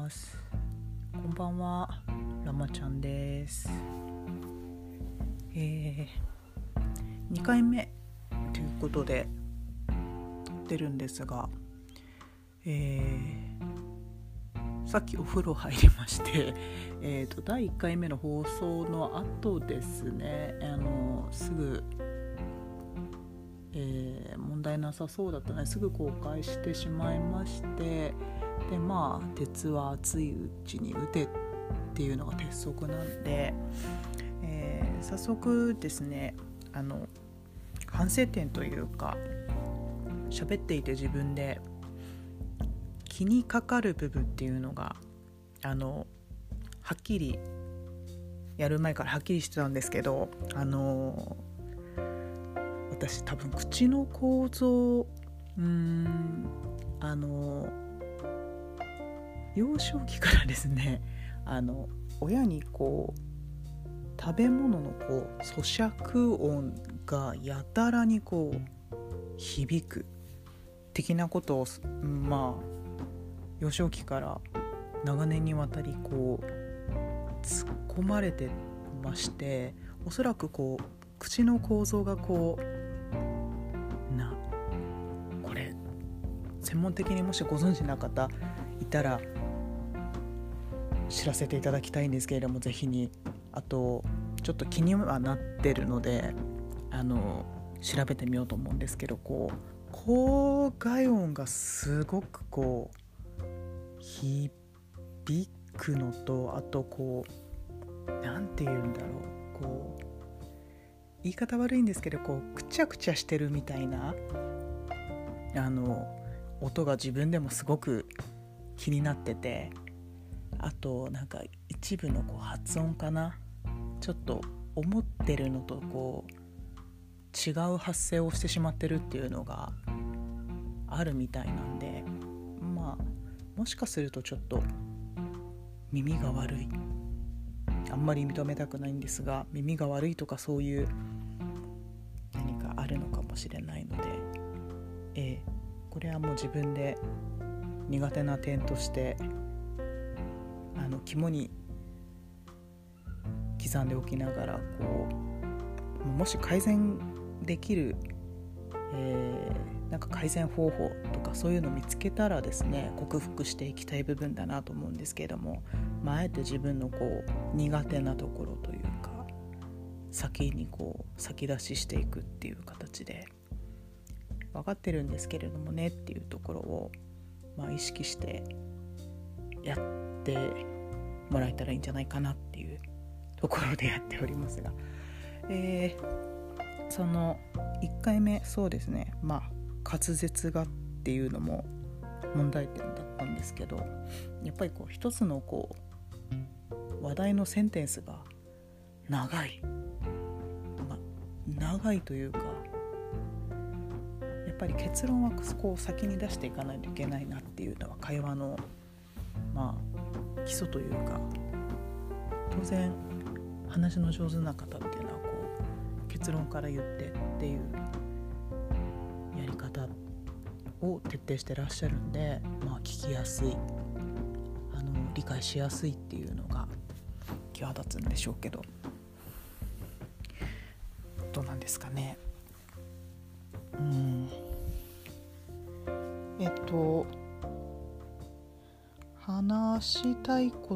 ます。こんばんは、ラマちゃんです。2回目ということで撮ってるんですが、さっきお風呂入りまして第1回目の放送の後ですね、すぐ、問題なさそうだったのですぐ公開してしまいまして、で鉄は熱いうちに打てっていうのが鉄則なんで、早速ですね、反省点というか、喋っていて自分で気にかかる部分っていうのがはっきりやる前からはっきりしてたんですけど、私多分口の構造幼少期からですね、親に食べ物の咀嚼音がやたらに響く的なことを幼少期から長年にわたり突っ込まれてまして、おそらく口の構造がこれ専門的にもしご存知な方いたら知らせていただきたいんですけれども、ぜひにあとちょっと気にはなってるので調べてみようと思うんですけど、口外音がすごく響くのと、あとなんて言うんだろう、言い方悪いんですけどくちゃくちゃしてるみたいな音が自分でもすごく気になってて、あと一部の発音かな、ちょっと思ってるのと違う発声をしてしまってるっていうのがあるみたいなんで、もしかするとちょっと耳が悪い、あんまり認めたくないんですが、耳が悪いとかそういう何かあるのかもしれないので、これはもう自分で苦手な点として肝に刻んでおきながら、もし改善できる、改善方法とかそういうのを見つけたらですね、克服していきたい部分だなと思うんですけれども、あえて自分の苦手なところというか、先に先出ししていくっていう形で、分かってるんですけれどもねっていうところを、意識してやってもらえたらいいんじゃないかなっていうところでやっておりますが、その1回目そうですね、滑舌がっていうのも問題点だったんですけど、やっぱり一つの話題のセンテンスが長い、長いというか、やっぱり結論は先に出していかないといけないなっていうのは会話の基礎というか、当然話の上手な方っていうのは結論から言ってっていうやり方を徹底してらっしゃるんで、聞きやすい、理解しやすいっていうのが際立つんでしょうけど、どうなんですかね。話したいこと、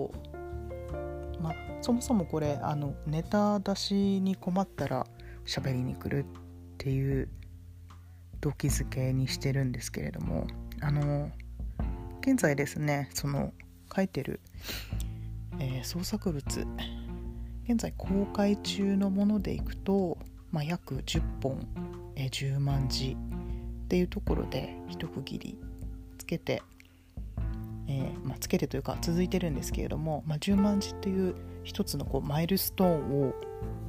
そもそもこれネタ出しに困ったら喋りに来るっていう動機づけにしてるんですけれども、現在ですね、書いてる、創作物、現在公開中のものでいくと、約10本、10万字っていうところで一区切りつけて、つけてというか続いてるんですけれども、10万字っていう一つのマイルストーンを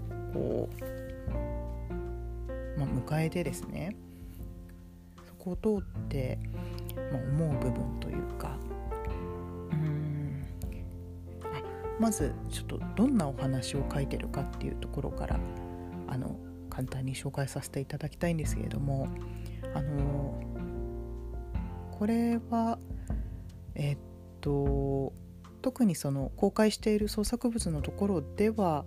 迎えてですね、そこを通って、思う部分というか、まずちょっとどんなお話を書いてるかっていうところから簡単に紹介させていただきたいんですけれども、これは特にその公開している創作物のところでは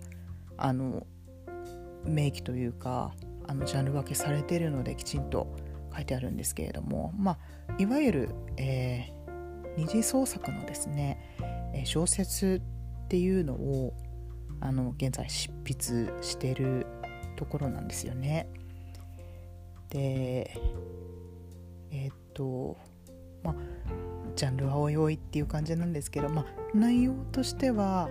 明記というかジャンル分けされているのできちんと書いてあるんですけれども、いわゆる、二次創作のですね、小説っていうのを現在執筆しているところなんですよね。でジャンルはおいおいっていう感じなんですけど、内容としては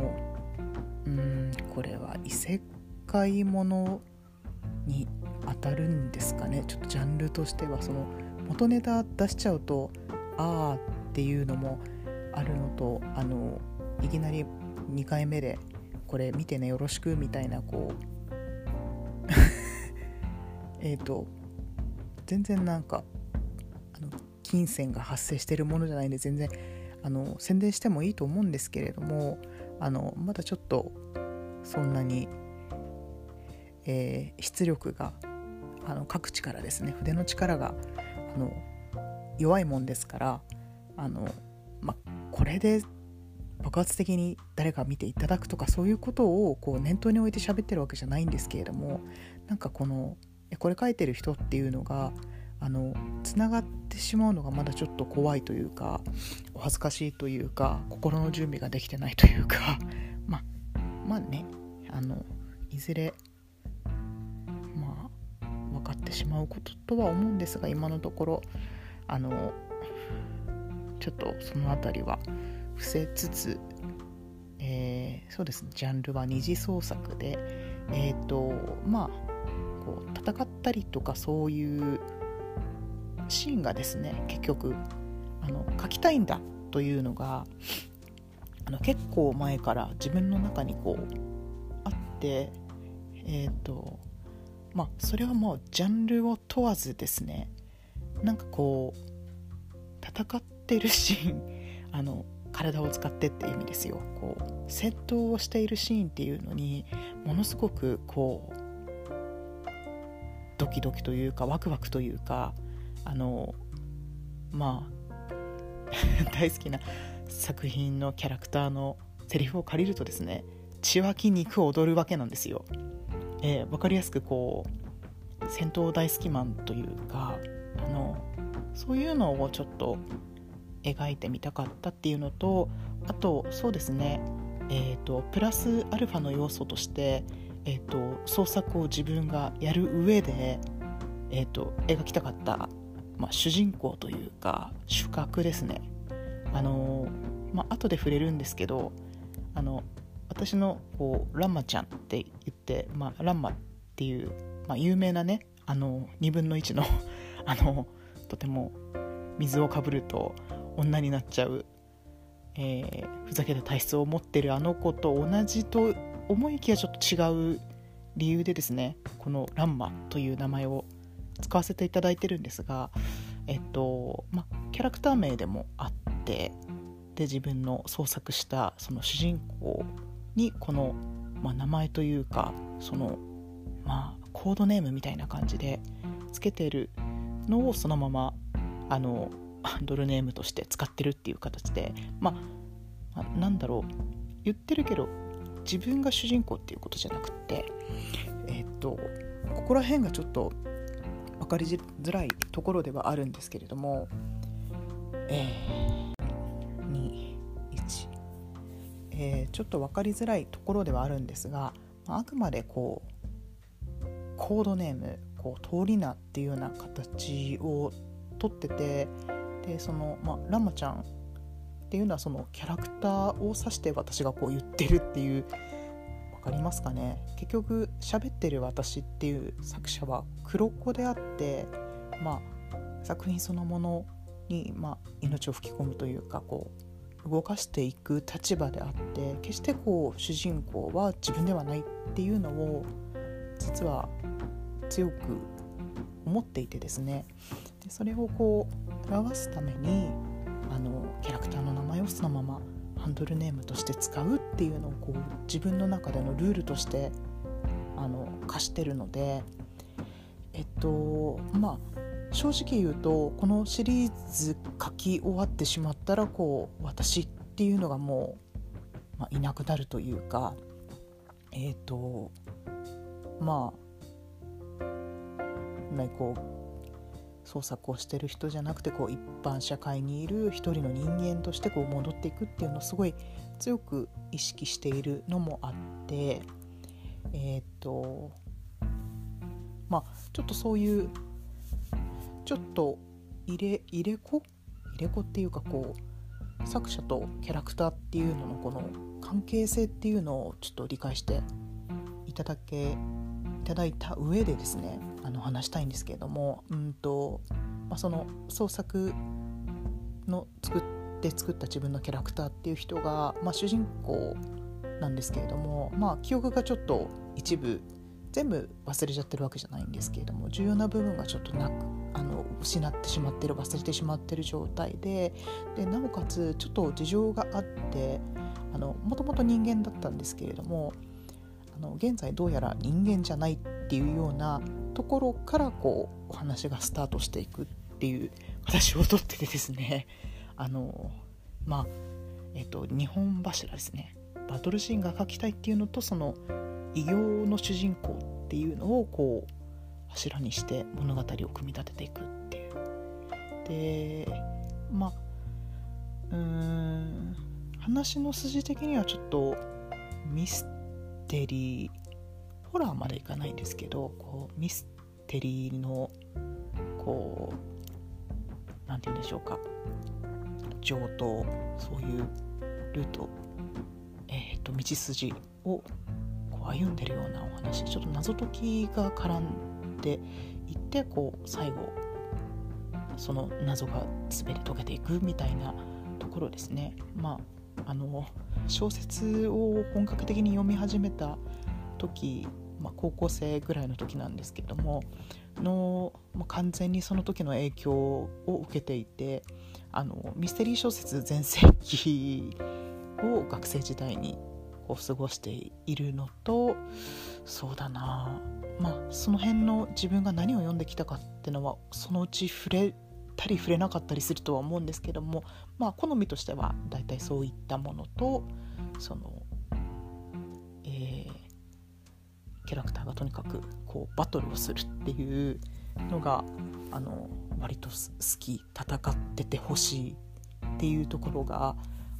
これは異世界ものに当たるんですかね。ちょっとジャンルとしてはその元ネタ出しちゃうとっていうのもあるのと、いきなり2回目でこれ見てねよろしくみたいな全然なんか金銭が発生しているものじゃないんで、全然宣伝してもいいと思うんですけれども、まだちょっとそんなに、出力が各力ですね、筆の力が弱いもんですから、これで爆発的に誰か見ていただくとかそういうことを念頭に置いて喋ってるわけじゃないんですけれども、なんかこれ書いてる人っていうのがつながってしまうのがまだちょっと怖いというか、お恥ずかしいというか、心の準備ができてないというかまあね、いずれ分かってしまうこととは思うんですが、今のところちょっとそのあたりは伏せつつ、そうですね、ジャンルは二次創作で、戦ったりとかそういうシーンがですね、結局書きたいんだというのが結構前から自分の中にあって、それはもうジャンルを問わずですね、なんか戦ってるシーン体を使ってっていう意味ですよ。戦闘をしているシーンっていうのにものすごくドキドキというかワクワクというか大好きな作品のキャラクターのセリフを借りるとですね、血湧き肉踊るわけなんですよ。わかりやすく戦闘大好きマンというかそういうのをちょっと描いてみたかったっていうのと、あとそうですね、プラスアルファの要素として、創作を自分がやる上で、描きたかった、主人公というか主角ですね。後で触れるんですけど、私のランマちゃんって言って、ランマっていう、有名なね2分の1のとても水をかぶると女になっちゃう、ふざけた体質を持ってる子と同じと思いきやちょっと違う理由でですね、このランマという名前を使わせていただいてるんですが、キャラクター名でもあって、で自分の創作したその主人公にこの、名前というかその、コードネームみたいな感じでつけてるのをそのままハンドルネームとして使ってるっていう形で、なんだろう、言ってるけど自分が主人公っていうことじゃなくて、ここら辺がちょっと分かりづらいところではあるんですけれども、ちょっと分かりづらいところではあるんですが、あくまでコードネーム通り名っていうような形をとってて、でその、ランマちゃんっていうのはそのキャラクターを指して私が言ってるっていう、わかりますかね。結局喋ってる私っていう作者は黒子であって、作品そのものに、命を吹き込むというか動かしていく立場であって、決して主人公は自分ではないっていうのを実は強く思っていてですね、でそれを表すためにキャラクターの名前をそのままハンドルネームとして使うっていうのを自分の中でのルールとして課してるので、 正直言うとこのシリーズ書き終わってしまったら私っていうのがもう、いなくなるというか創作をしてる人じゃなくて一般社会にいる一人の人間として戻っていくっていうのをすごい強く意識しているのもあってちょっとそういうちょっと入れ子っていうか作者とキャラクターっていうののこの関係性っていうのをちょっと理解していただいた上でですね話したいんですけれども、その創作の作った自分のキャラクターっていう人が、主人公なんですけれども、記憶がちょっと一部全部忘れちゃってるわけじゃないんですけれども、重要な部分がちょっと失ってしまってる、忘れてしまってる状態でなおかつちょっと事情があってもともと人間だったんですけれども現在どうやら人間じゃないっていうようなところからお話がスタートしていくっていう形をとっててですね2本柱ですね。バトルシーンが描きたいっていうのとその異形の主人公っていうのを柱にして物語を組み立てていくっていうで話の筋的にはちょっとミステリーホラーまでいかないんですけどミステリーのなんて言うんでしょうか情とそういうルート、道筋を歩んでるようなお話、ちょっと謎解きが絡んでいって最後その謎が全て解けていくみたいなところですね。小説を本格的に読み始めた時、高校生ぐらいの時なんですけども完全にその時の影響を受けていてミステリー小説全盛期を学生時代に過ごしているのと、そうだなその辺の自分が何を読んできたかっていうのはそのうち触れたり触れなかったりするとは思うんですけども、好みとしてはだいたいそういったものとその、キャラクターがとにかくバトルをするっていうのが割と好き、戦っててほしいっていうところが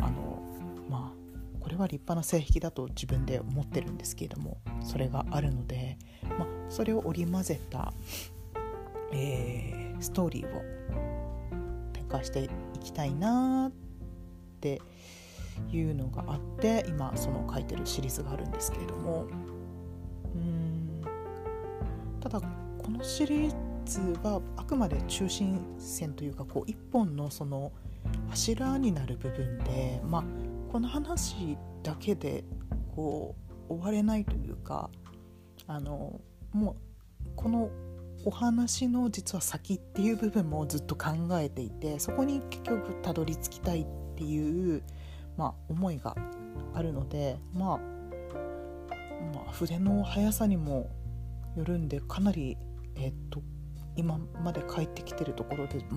これは立派な性癖だと自分で思ってるんですけれども、それがあるので、それを織り交ぜた、ストーリーを展開していきたいなっていうのがあって今その書いてるシリーズがあるんですけれども、ただこのシリーズはあくまで中心線というか一本のその柱になる部分で、この話だけで終われないというかもうこのお話の実は先っていう部分もずっと考えていて、そこに結局たどり着きたいっていう、思いがあるので、筆の速さにもよるんでかなり、今まで書いてきてるところでちょ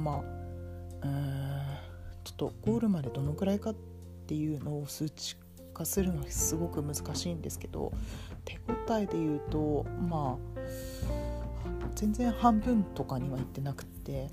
っとゴールまでどのくらいかっていうのを数値化するのはすごく難しいんですけど、手応えで言うと全然半分とかにはいってなくて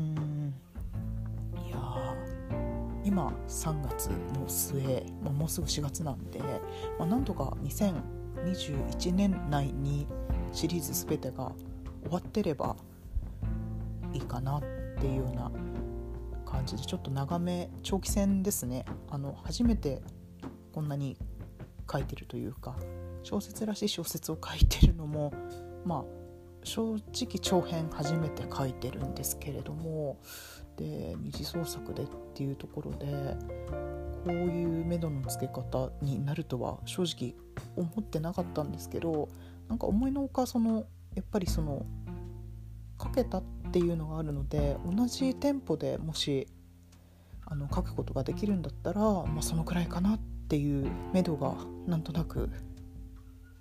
今3月の末、もうすぐ4月なんで、なんとか2021年内にシリーズ全てが終わってればいいかなっていうような感じで、ちょっと長め長期戦ですね。初めてこんなに書いてるというか、小説らしい小説を書いてるのも正直長編初めて書いてるんですけれども、で二次創作でっていうところでこういう目処の付け方になるとは正直思ってなかったんですけど、思いのほかやっぱり書けたっていうのがあるので、同じテンポでもし書くことができるんだったら、そのくらいかなっていう目処がなんとなく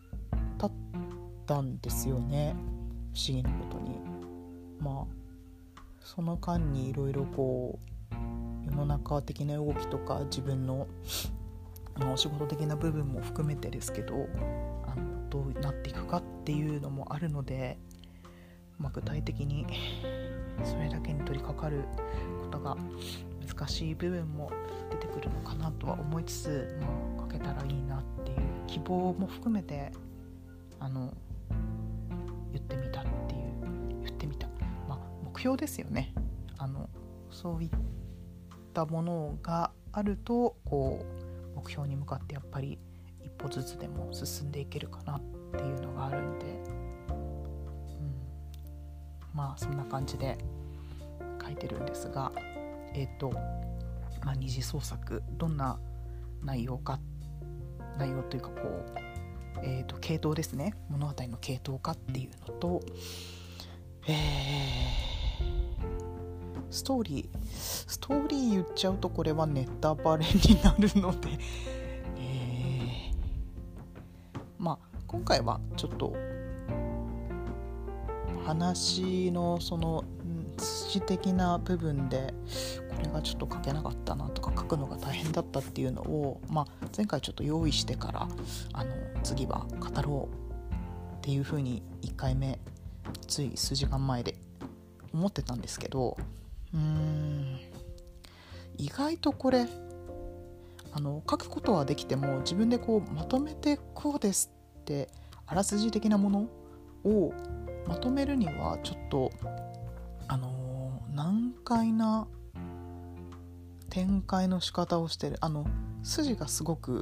立ったんですよね。不思議なことにその間にいろいろこう世の中的な動きとか自分のお仕事的な部分も含めてですけど、どうなっていくかっていうのもあるので、具体的にそれだけに取り掛かることが難しい部分も出てくるのかなとは思いつつ、書けたらいいなっていう希望も含めて言ってみた、目標ですよね。そういったものがあるとこう目標に向かってやっぱり一歩ずつでも進んでいけるかなっていうのがあるんで、そんな感じで書いてるんですが、二次創作どんな内容というか系統ですね、物語の系統かっていうのと、ストーリー言っちゃうとこれはネタバレになるので、今回はちょっと話のその筋的な部分でこれがちょっと書けなかったなとか書くのが大変だったっていうのを、前回ちょっと用意してから次は語ろうっていうふうに1回目つい数時間前で思ってたんですけど、意外とこれ書くことはできても自分でこうまとめてこうですってあらすじ的なものをまとめるにはちょっと難解な展開の仕方をしてる。筋がすごく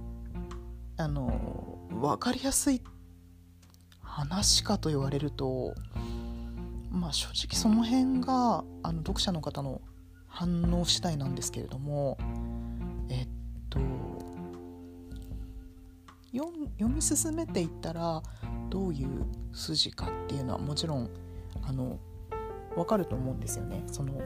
分かりやすい話かと言われると、正直その辺が読者の方の反応次第なんですけれども、読み進めていったらどういう筋かっていうのはもちろん分かると思うんですよね。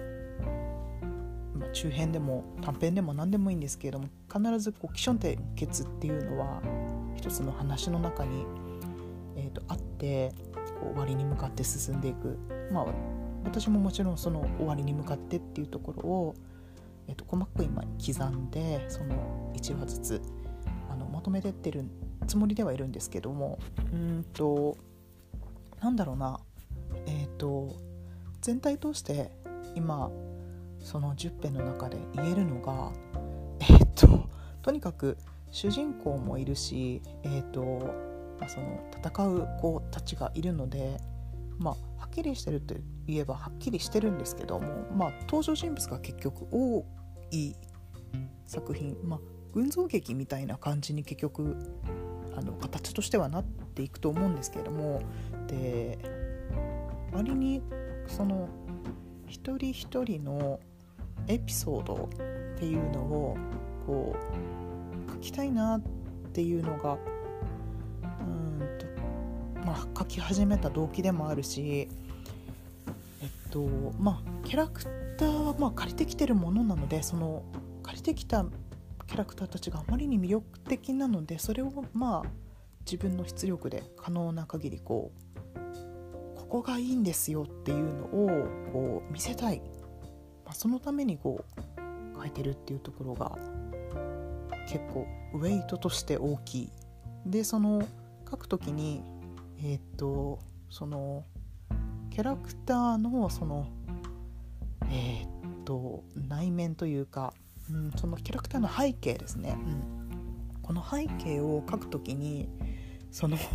中編でも短編でも何でもいいんですけれども、必ず起承転結っていうのは一つの話の中に、あって終わりに向かって進んでいく。私ももちろんその終わりに向かってっていうところを、細かく今刻んでその1話ずつまとめてってるつもりではいるんですけども、なんだろうな、全体通して今その10編の中で言えるのが、とにかく主人公もいるし、その戦う子たちがいるので、はっきりしてると言えばはっきりしてるんですけども、登場人物が結局多い作品、群像劇みたいな感じに結局形としてはなっていくと思うんですけれども、で割にその一人一人のエピソードっていうのをこう書きたいなっていうのが書き始めた動機でもあるし、キャラクターは借りてきてるものなので、その借りてきたキャラクターたちがあまりに魅力的なので、それを自分の出力で可能な限りここがいいんですよっていうのをこう見せたい、そのためにこう書いてるっていうところが結構ウェイトとして大きい。でその書くときにそのキャラクターのその内面というか、そのキャラクターの背景ですね、この背景を書くときにその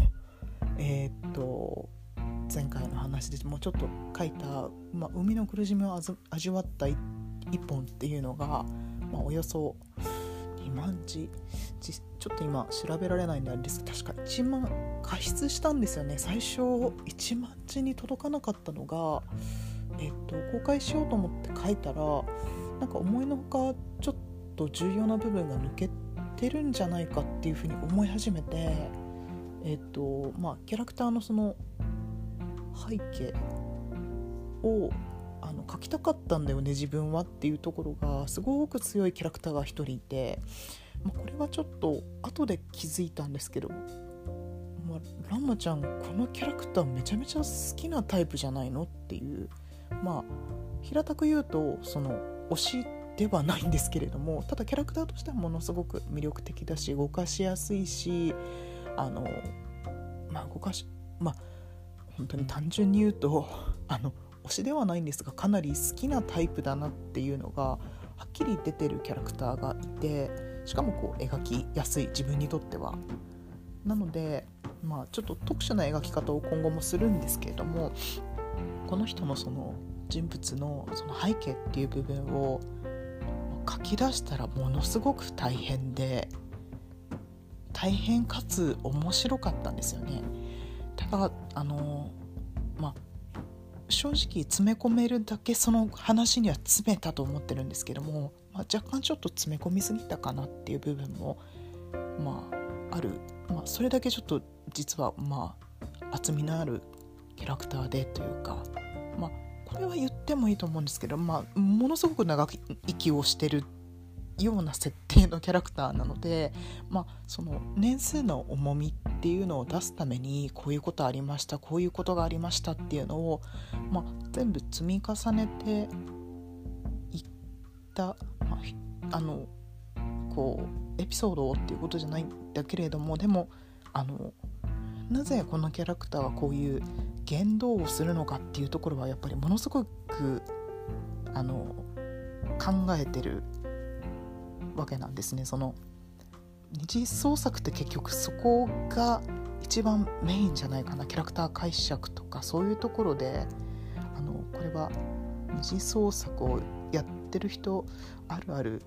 前回の話でもうちょっと書いた、生みの苦しみを味わった一本っていうのが、およそ2万字、ちょっと今調べられないんであれですけど、確か1万加筆したんですよね。最初1万字に届かなかったのが、公開しようと思って書いたら、なんか思いのほかちょっと重要な部分が抜けてるんじゃないかっていうふうに思い始めて、キャラクターのその背景を書きたかったんだよね自分はっていうところがすごく強いキャラクターが一人いて、これはちょっと後で気づいたんですけど、ランマちゃんこのキャラクターめちゃめちゃ好きなタイプじゃないのっていう、 平たく言うとその推しではないんですけれども、ただキャラクターとしてはものすごく魅力的だし、動かしやすいし、本当に単純に言うと推しではないんですが、かなり好きなタイプだなっていうのがはっきり出てるキャラクターがいて、しかもこう描きやすい、自分にとっては。なので、ちょっと特殊な描き方を今後もするんですけれども、この人のその人物のその背景っていう部分を書き出したらものすごく大変かつ面白かったんですよね。ただ正直詰め込めるだけその話には詰めたと思ってるんですけども、若干ちょっと詰め込みすぎたかなっていう部分もある、それだけちょっと実は厚みのあるキャラクターでというか、これは言ってもいいと思うんですけど、ものすごく長生きをしてるような設定のキャラクターなので、その年数の重みっていうのを出すために、こういうことありました、こういうことがありましたっていうのを、全部積み重ねていった、こうエピソードっていうことじゃないんだけれども、でもなぜこのキャラクターはこういう言動をするのかっていうところはやっぱりものすごく考えてるわけなんですね。その二次創作って結局そこが一番メインじゃないかな。キャラクター解釈とかそういうところでこれは二次創作をやってる人あるある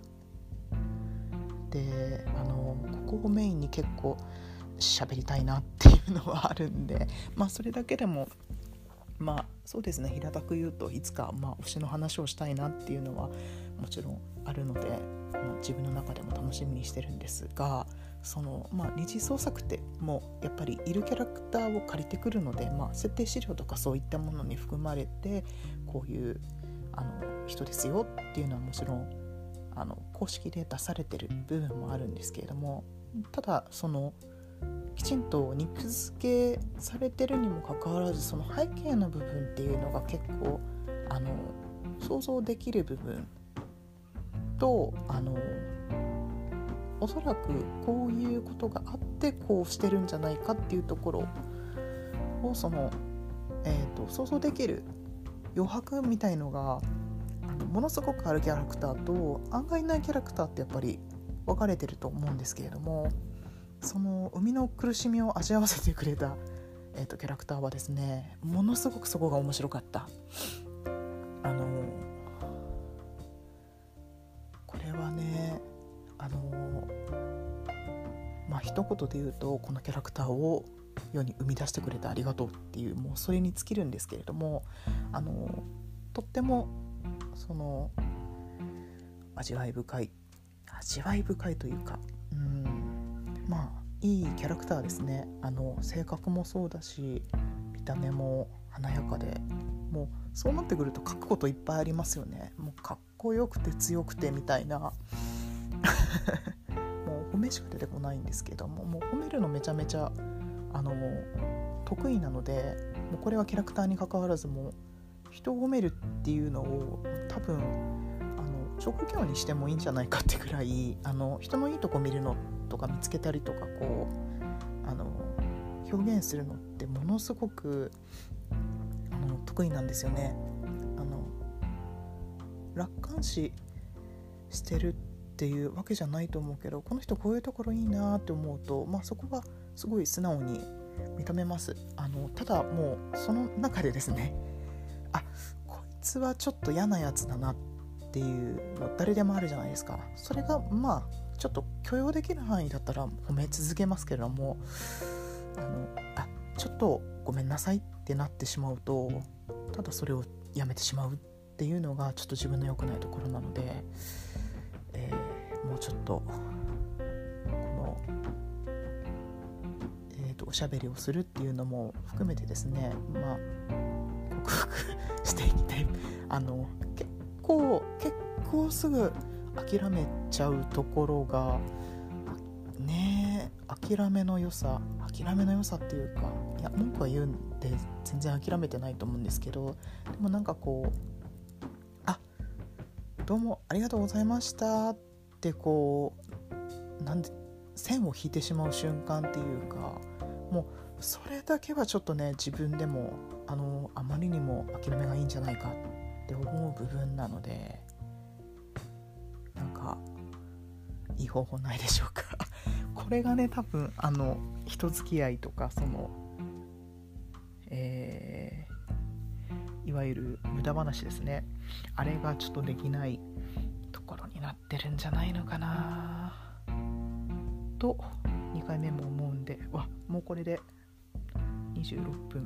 で、ここをメインに結構喋りたいなっていうのはあるんで、それだけでもそうですね、平たく言うといつか推しの話をしたいなっていうのはもちろんあるので、自分の中でも楽しみにしてるんですが、その二次創作ってもうやっぱりいるキャラクターを借りてくるので、設定資料とかそういったものに含まれて、こういう人ですよっていうのはもちろん公式で出されてる部分もあるんですけれども、ただそのきちんと肉付けされてるにもかかわらず、その背景の部分っていうのが結構想像できる部分と、おそらくこういうことがあってこうしてるんじゃないかっていうところを想像できる余白みたいのがものすごくあるキャラクターと案外ないキャラクターってやっぱり分かれてると思うんですけれども、その生みの苦しみを味わわせてくれた、キャラクターはですね、ものすごくそこが面白かった。これはね一言で言うと、このキャラクターを世に生み出してくれてありがとうっていう、もうそれに尽きるんですけれども、とってもその味わい深いというか、いいキャラクターですね。性格もそうだし、見た目も華やかで、もうそうなってくると書くこといっぱいありますよね。もうかっこよくて強くてみたいなもう褒めしか出てこないんですけども、もう褒めるのめちゃめちゃ得意なので、もうこれはキャラクターに関わらず、もう人を褒めるっていうのを多分職業にしてもいいんじゃないかってくらい、人のいいとこ見るのとか見つけたりとか、こう表現するのってものすごく得意なんですよね。楽観視してるっていうわけじゃないと思うけど、この人こういうところいいなって思うと、そこはすごい素直に認めます。ただもうその中でですね、こいつはちょっと嫌なやつだなっていうの誰でもあるじゃないですか。それがちょっと許容できる範囲だったら褒め続けますけれども、ちょっとごめんなさいってなってしまうと、ただそれをやめてしまうっていうのがちょっと自分の良くないところなので、もうちょっとこの、おしゃべりをするっていうのも含めてですね、克服していきたい。結構すぐ諦めちゃうところがね、諦めの良さっていうか、いや文句は言うんで全然諦めてないと思うんですけど、でもどうもありがとうございましたってこうなんで線を引いてしまう瞬間っていうか、もうそれだけはちょっとね自分でもあまりにも諦めがいいんじゃないかって思う部分なので、なんかいい方法ないでしょうかこれがね多分人付き合いとかそのいわゆる無駄話ですね、あれがちょっとできないところになってるんじゃないのかなと2回目も思うんで、もうこれで26分。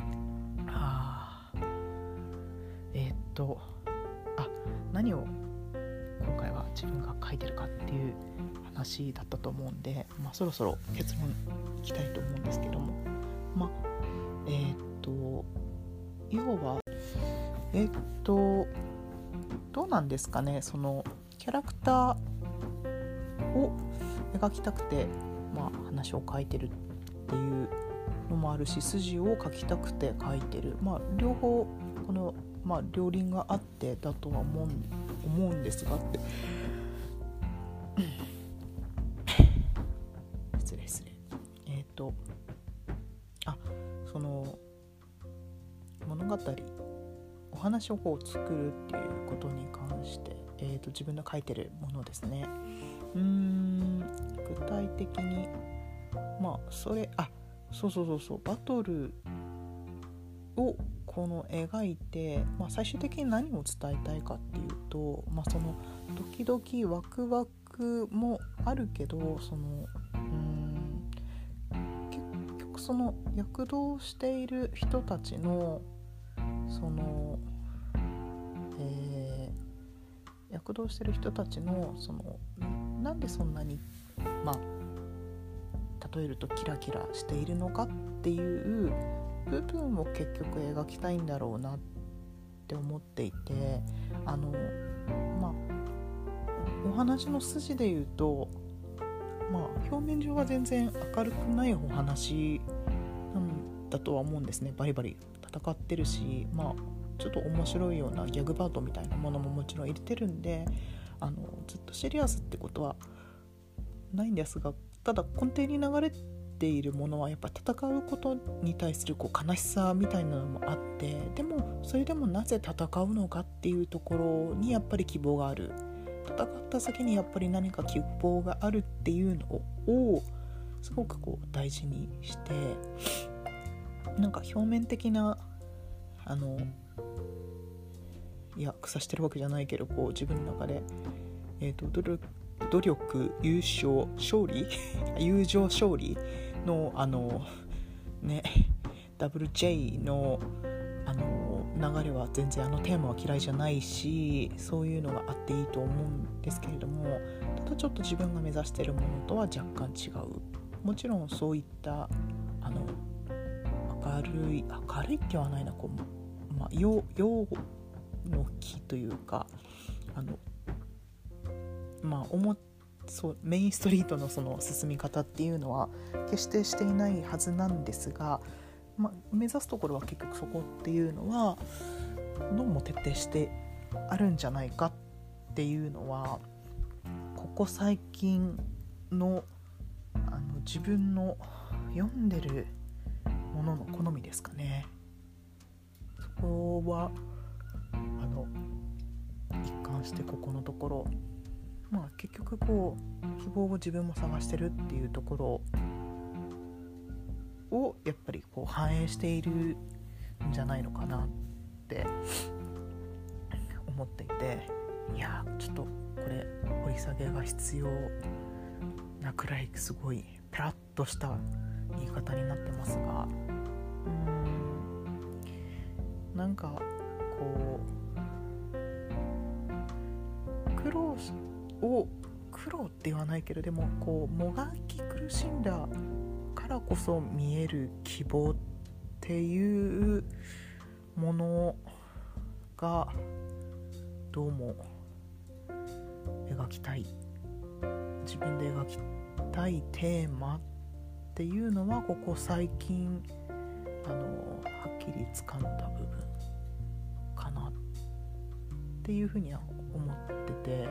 何を今回は自分が書いてるかっていう話だったと思うんで、そろそろ結論いきたいと思うんですけども、要はどうなんですかね、そのキャラクターを描きたくて、話を書いてるっていうのもあるし、筋を書きたくて書いてる、両方この、両輪があってだとは思うんですがって失礼その物語お話をこう作るっていうことに関して、自分の書いてるものですね。具体的にそうバトルをこの描いて、最終的に何を伝えたいかっていうと、そのドキドキワクワクもあるけど、その結局その躍動している人たちのその、躍動してる人たちのそのなんでそんなに例えるとキラキラしているのかっていう部分を結局描きたいんだろうなって思っていて、お話の筋で言うと、表面上は全然明るくないお話なんだとは思うんですね。バリバリ戦ってるし、ちょっと面白いようなギャグバートみたいなものももちろん入れてるんで、ずっとシリアスってことはないんですが、ただ根底に流れているものはやっぱ戦うことに対する悲しさみたいなのもあって、でもそれでもなぜ戦うのかっていうところにやっぱり希望がある、戦った先にやっぱり何か希望があるっていうのをすごく大事にして、なんか表面的な腐してるわけじゃないけど自分の中で、努力優勝勝利友情勝利のWJ の流れは全然テーマは嫌いじゃないし、そういうのがあっていいと思うんですけれども、ただちょっと自分が目指しているものとは若干違う。もちろんそういった明るいってはないな、陽の木というかメインストリートのその進み方っていうのは決してしていないはずなんですが、目指すところは結局そこっていうのはどうも徹底してあるんじゃないかっていうのは、ここ最近の自分の読んでるものの好みですかね。そこは一貫してここのところ、結局希望を自分も探してるっていうところをやっぱり反映しているんじゃないのかなって思っていて、ちょっとこれ掘り下げが必要なくらいすごいペラッとした言い方になってますが、なんか苦労って言わないけど、でももがき苦しんだからこそ見える希望っていうものがどうも自分で描きたいテーマっていうのはここ最近はっきり掴んだ部分かなっていうふうには思ってて、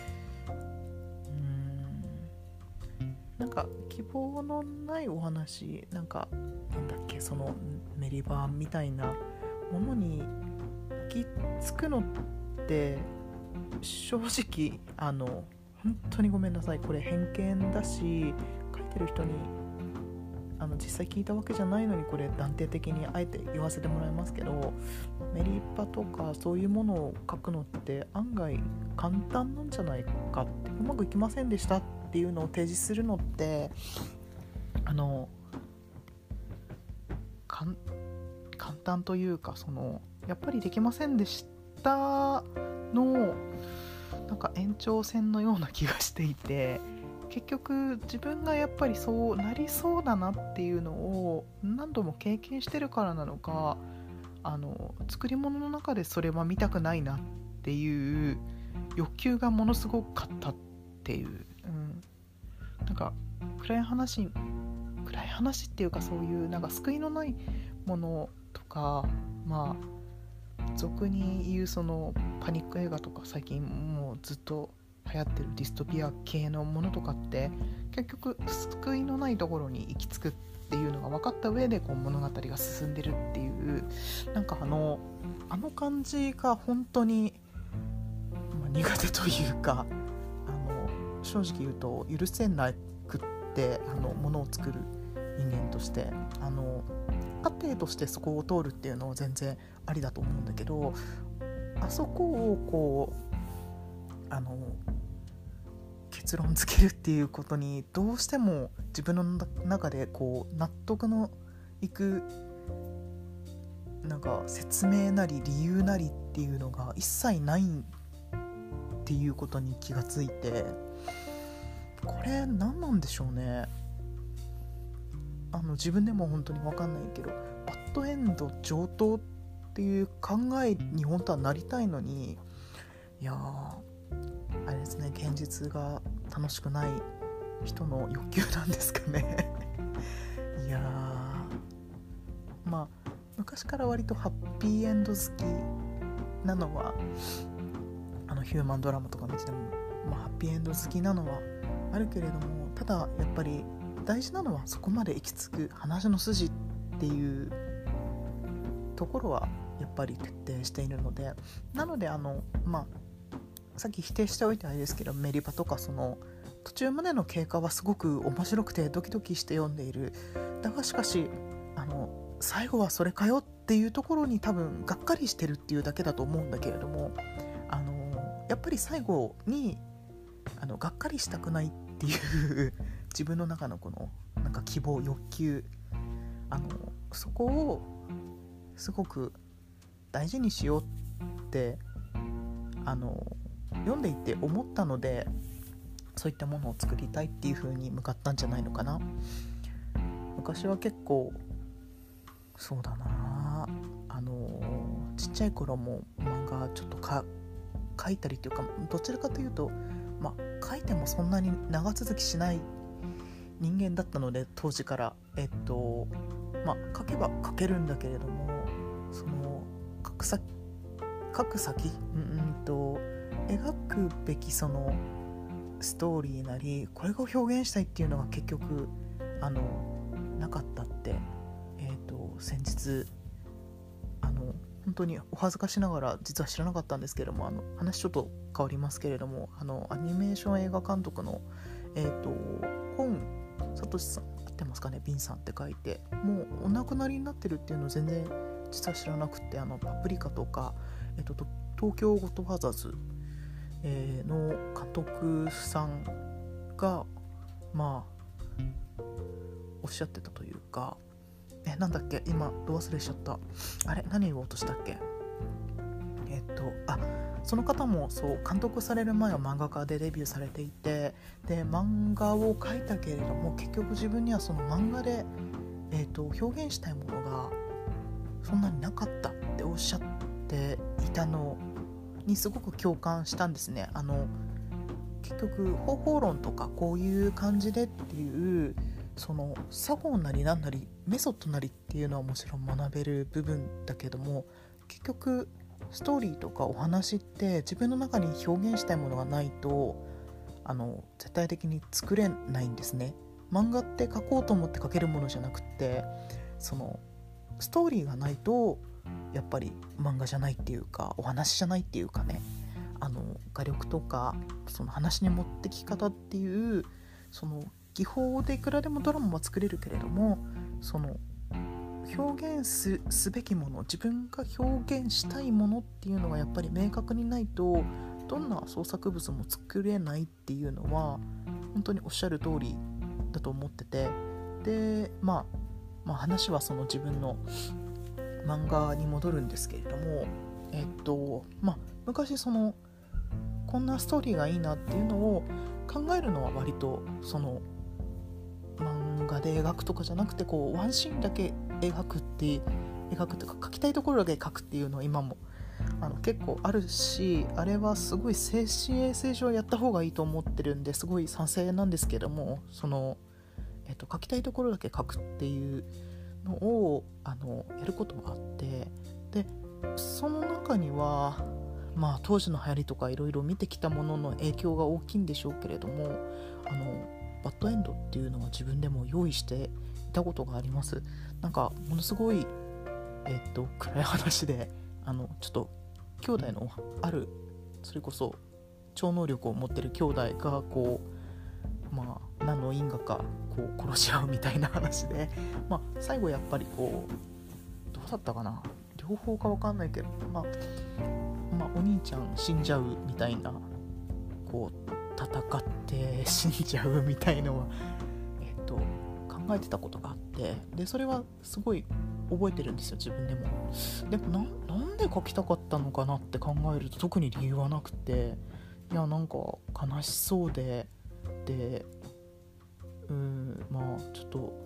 なんか希望のないお話、なんだっけ、そのメリバーみたいなものに行き着くのって正直本当にごめんなさい、これ偏見だし、書いてる人に実際聞いたわけじゃないのにこれ断定的にあえて言わせてもらいますけど、メリパとかそういうものを書くのって案外簡単なんじゃないかって、うまくいきませんでしたっていうのを提示するのって簡単というか、やっぱりできませんでしたのなんか延長線のような気がしていて、結局自分がやっぱりそうなりそうだなっていうのを何度も経験してるからなのか、作り物の中でそれは見たくないなっていう欲求がものすごかったっていう、なんか暗い話っていうか、そういうなんか救いのないものとか、まあ俗に言うそのパニック映画とか、最近もうずっと流行ってるディストピア系のものとかって結局救いのないところに行き着くっていうのが分かった上でこう物語が進んでるっていう、なんかあの感じが本当に、苦手というか、正直言うと許せなくって、ものを作る人間として過程としてそこを通るっていうのは全然ありだと思うんだけど、あそこをこう結論付けるっていうことにどうしても自分の中でこう納得のいくなんか説明なり理由なりっていうのが一切ないっていうことに気がついて、これ何なんでしょうね。自分でも本当に分かんないけど、バッドエンド上等っていう考えに本当はなりたいのに、いやあれですね、現実が楽しくない人の欲求なんですかねいやまあ昔から割とハッピーエンド好きなのはヒューマンドラマとか見てても、ハッピーエンド好きなのはあるけれども、ただやっぱり大事なのはそこまで行き着く話の筋っていうところはやっぱり徹底しているので、なのでさっき否定しておいてあれですけど、メリパとかその途中までの経過はすごく面白くてドキドキして読んでいる。だがしかし最後はそれかよっていうところに多分がっかりしてるっていうだけだと思うんだけれども、やっぱり最後にがっかりしたくないっていう自分の中のこのなんか希望欲求、そこをすごく大事にしようって読んでいて思ったので、そういったものを作りたいっていう風に向かったんじゃないのかな。昔は結構そうだな、ちっちゃい頃も漫画ちょっと書いたりっていうか、どちらかというと書いてもそんなに長続きしない人間だったので、当時から書けば書けるんだけれども、その書く先描くべきそのストーリーなり、これを表現したいっていうのが結局なかったって、先日本当にお恥ずかしながら実は知らなかったんですけども、話ちょっと変わりますけれども、アニメーション映画監督の今聡さん、合ってますかね、ビンさんって書いて、もうお亡くなりになってるっていうのを全然実は知らなくて、パプリカとか、東京ゴッドファーザーズ、の監督さんがおっしゃってたというか、なんだっけ、今ど忘れしちゃった。あれ、何言おうとしたっけ。その方もそう監督される前は漫画家でデビューされていて、で漫画を描いたけれども、結局自分にはその漫画で、表現したいものがそんなになかったっておっしゃっていたのにすごく共感したんですね。結局方法論とかこういう感じでっていうその作法なりなんなりメソッドなりっていうのはもちろん学べる部分だけども、結局ストーリーとかお話って自分の中に表現したいものがないと絶対的に作れないんですね。漫画って描こうと思って描けるものじゃなくて、そのストーリーがないとやっぱり漫画じゃないっていうか、お話じゃないっていうかね、画力とかその話に持ってき方っていうその技法でいくらでもドラマは作れるけれども、その表現 すべきもの、自分が表現したいものっていうのがやっぱり明確にないとどんな創作物も作れないっていうのは本当におっしゃる通りだと思ってて、で話はその自分の漫画に戻るんですけれども、昔こんなストーリーがいいなっていうのを考えるのは割とその漫画で描くとかじゃなくて、ワンシーンだけ描くというか、描きたいところだけ描くっていうのは今も結構あるし、あれはすごい精神衛生上やった方がいいと思ってるんですごい賛成なんですけども、描きたいところだけ描くっていうのをやることもあって、でその中には当時の流行りとかいろいろ見てきたものの影響が大きいんでしょうけれども、バッドエンドっていうのは自分でも用意していたことがあります。なんかものすごい暗い話でちょっと兄弟のあるそれこそ超能力を持ってる兄弟が何の因果か殺し合うみたいな話で、最後やっぱりどうだったかな、両方か分かんないけど、お兄ちゃん死んじゃうみたいな、戦って死んじゃうみたいのは考えてたことがあって、でそれはすごい覚えてるんですよ、自分でも。でもなんで書きたかったのかなって考えると特に理由はなくて、なんか悲しそうでちょっ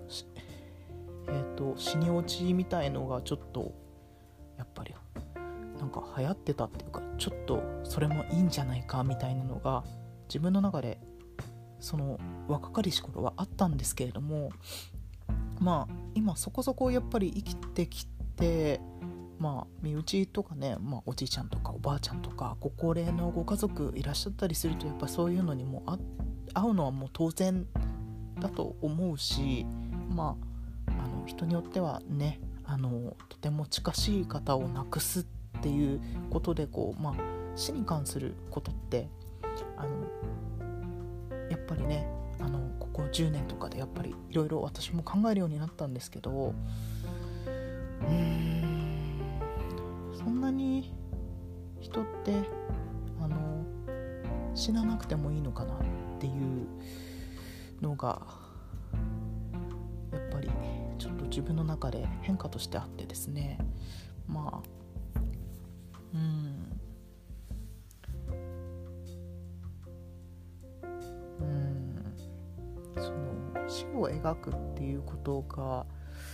と死に落ちみたいのがちょっとやっぱりなんか流行ってたっていうか、ちょっとそれもいいんじゃないかみたいなのが自分の中でその若かりし頃はあったんですけれども、今そこそこやっぱり生きてきて、身内とかね、おじいちゃんとかおばあちゃんとかご高齢のご家族いらっしゃったりすると、やっぱそういうのにも会うのはもう当然だと思うし、人によってはね、とても近しい方を亡くすっていうことで死に関することってやっぱりね、ここ10年とかでやっぱりいろいろ私も考えるようになったんですけど、そんなに人って死ななくてもいいのかなっていうのがやっぱりちょっと自分の中で変化としてあってですね、その死を描くっていうことが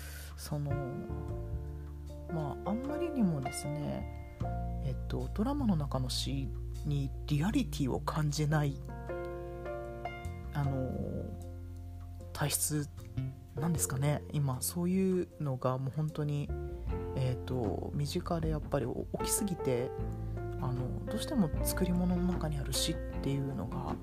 あんまりにもですね、ドラマの中の死にリアリティを感じない体質なんですかね。今そういうのがもう本当に身近でやっぱり起きすぎて、どうしても作り物の中にある死っていうのが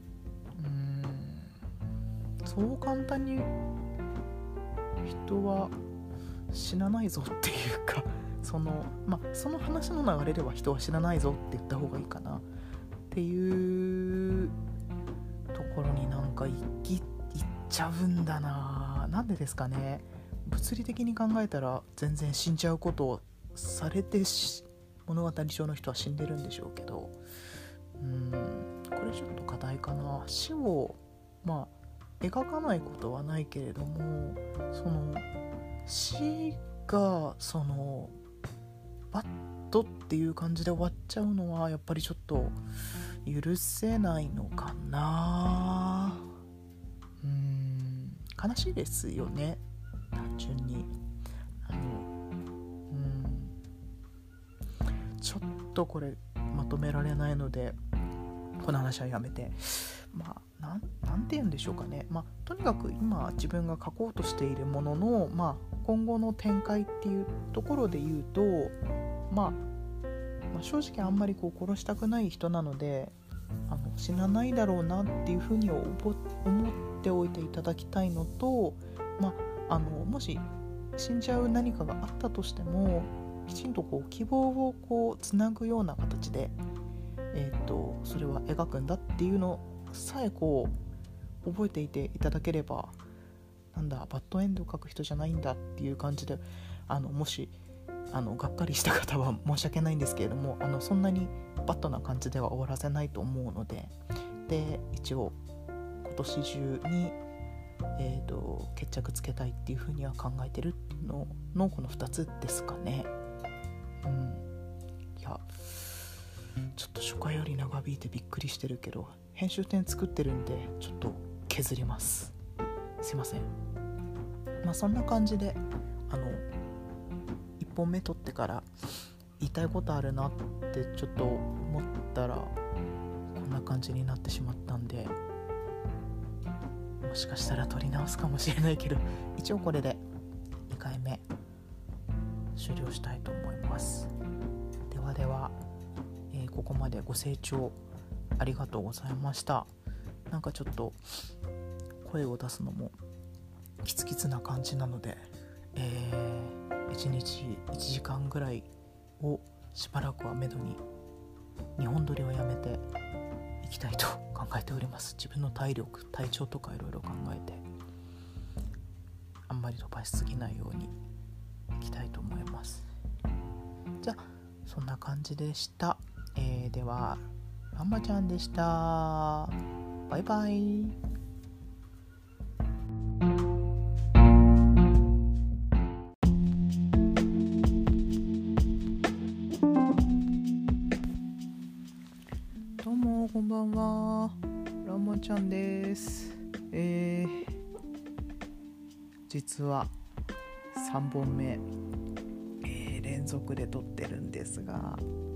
そう簡単に人は死なないぞっていうか、その話の流れでは人は死なないぞって言った方がいいかなっていうところになんかいっちゃうんだな。なんでですかね。物理的に考えたら全然死んじゃうことをされて物語上の人は死んでるんでしょうけど、これちょっと課題かな。死を描かないことはないけれども、その死がバッとっていう感じで終わっちゃうのはやっぱりちょっと許せないのかな。悲しいですよね、単純に。ちょっとこれまとめられないのでこの話はやめて、なんて言うんでしょうかね。とにかく今自分が書こうとしているものの、今後の展開っていうところで言うと、 正直あんまり殺したくない人なので死なないだろうなっていうふうに思っておいていただきたいのと、もし死んじゃう何かがあったとしてもきちんと希望をつなぐような形で、それは描くんだっていうのさえ覚えていていただければ、バッドエンドを描く人じゃないんだっていう感じでもしがっかりした方は申し訳ないんですけれども、そんなにバッドな感じでは終わらせないと思うので、一応今年中に、決着つけたいっていうふうには考えてるのこの2つですかね。いやちょっと初回より長引いてびっくりしてるけど、編集点作ってるんでちょっと削ります、すいません。そんな感じで1本目撮ってから言いたいことあるなってちょっと思ったらこんな感じになってしまったんで、もしかしたら撮り直すかもしれないけど、一応これで2回目終了したいと思います。ではでは、ここまでご清聴ありがとうございました。ちょっと声を出すのもキツキツな感じなので、1日1時間ぐらいをしばらくはめどに日本撮りをやめていきたいと考えております。自分の体調とかいろいろ考えてあんまり飛ばしすぎないようにいきたいと思います。じゃあそんな感じでした。ではあんまちゃんでした。バイバイ。どうもこんばんは、ランマちゃんです。実は3本目、連続で撮ってるんですが、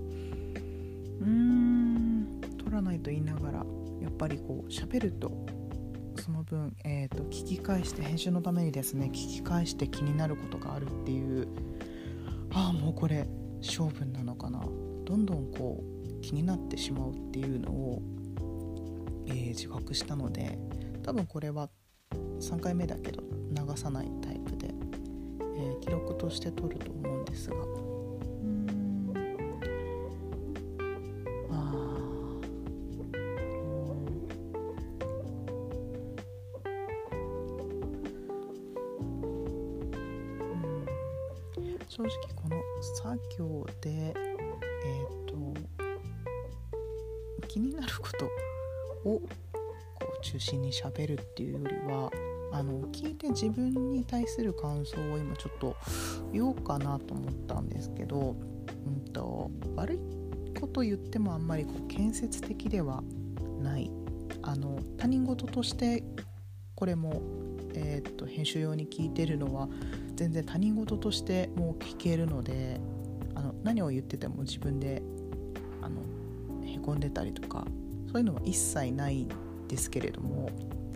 撮らないと言いながらやっぱり喋るとその分、聞き返して編集のためにですね聞き返して気になることがあるっていう、もうこれ性分なのかな、どんどん気になってしまうっていうのを、自覚したので、多分これは3回目だけど流さないタイプで、記録として撮ると思うんですが、正直この作業で気になることを中心に喋るっていうよりは、聞いて自分に対する感想を今ちょっと言おうかなと思ったんですけど、悪いこと言ってもあんまり建設的ではない、他人事としてこれも、編集用に聞いてるのは全然他人事としてもう聞けるので、何を言ってても自分でへこんでたりとかそういうのは一切ないんですけれども、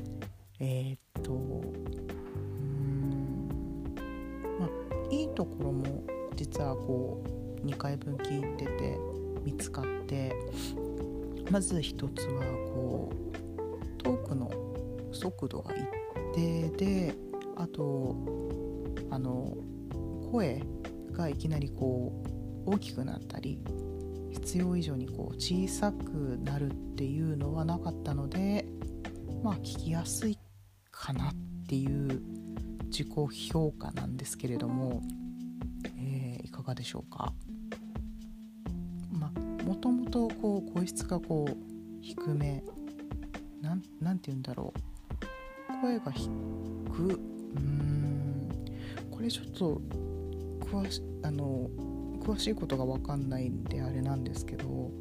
いいところも実は2回分聞いてて見つかって、まず一つはトークの速度が一定で、あと声がいきなり大きくなったり必要以上に小さくなるっていうのはなかったので、聞きやすいかなっていう自己評価なんですけれども、いかがでしょうか。もともと声質が低めなんて言うんだろう、声が低くこれちょっと詳しいことが分かんないんであれなんですけど、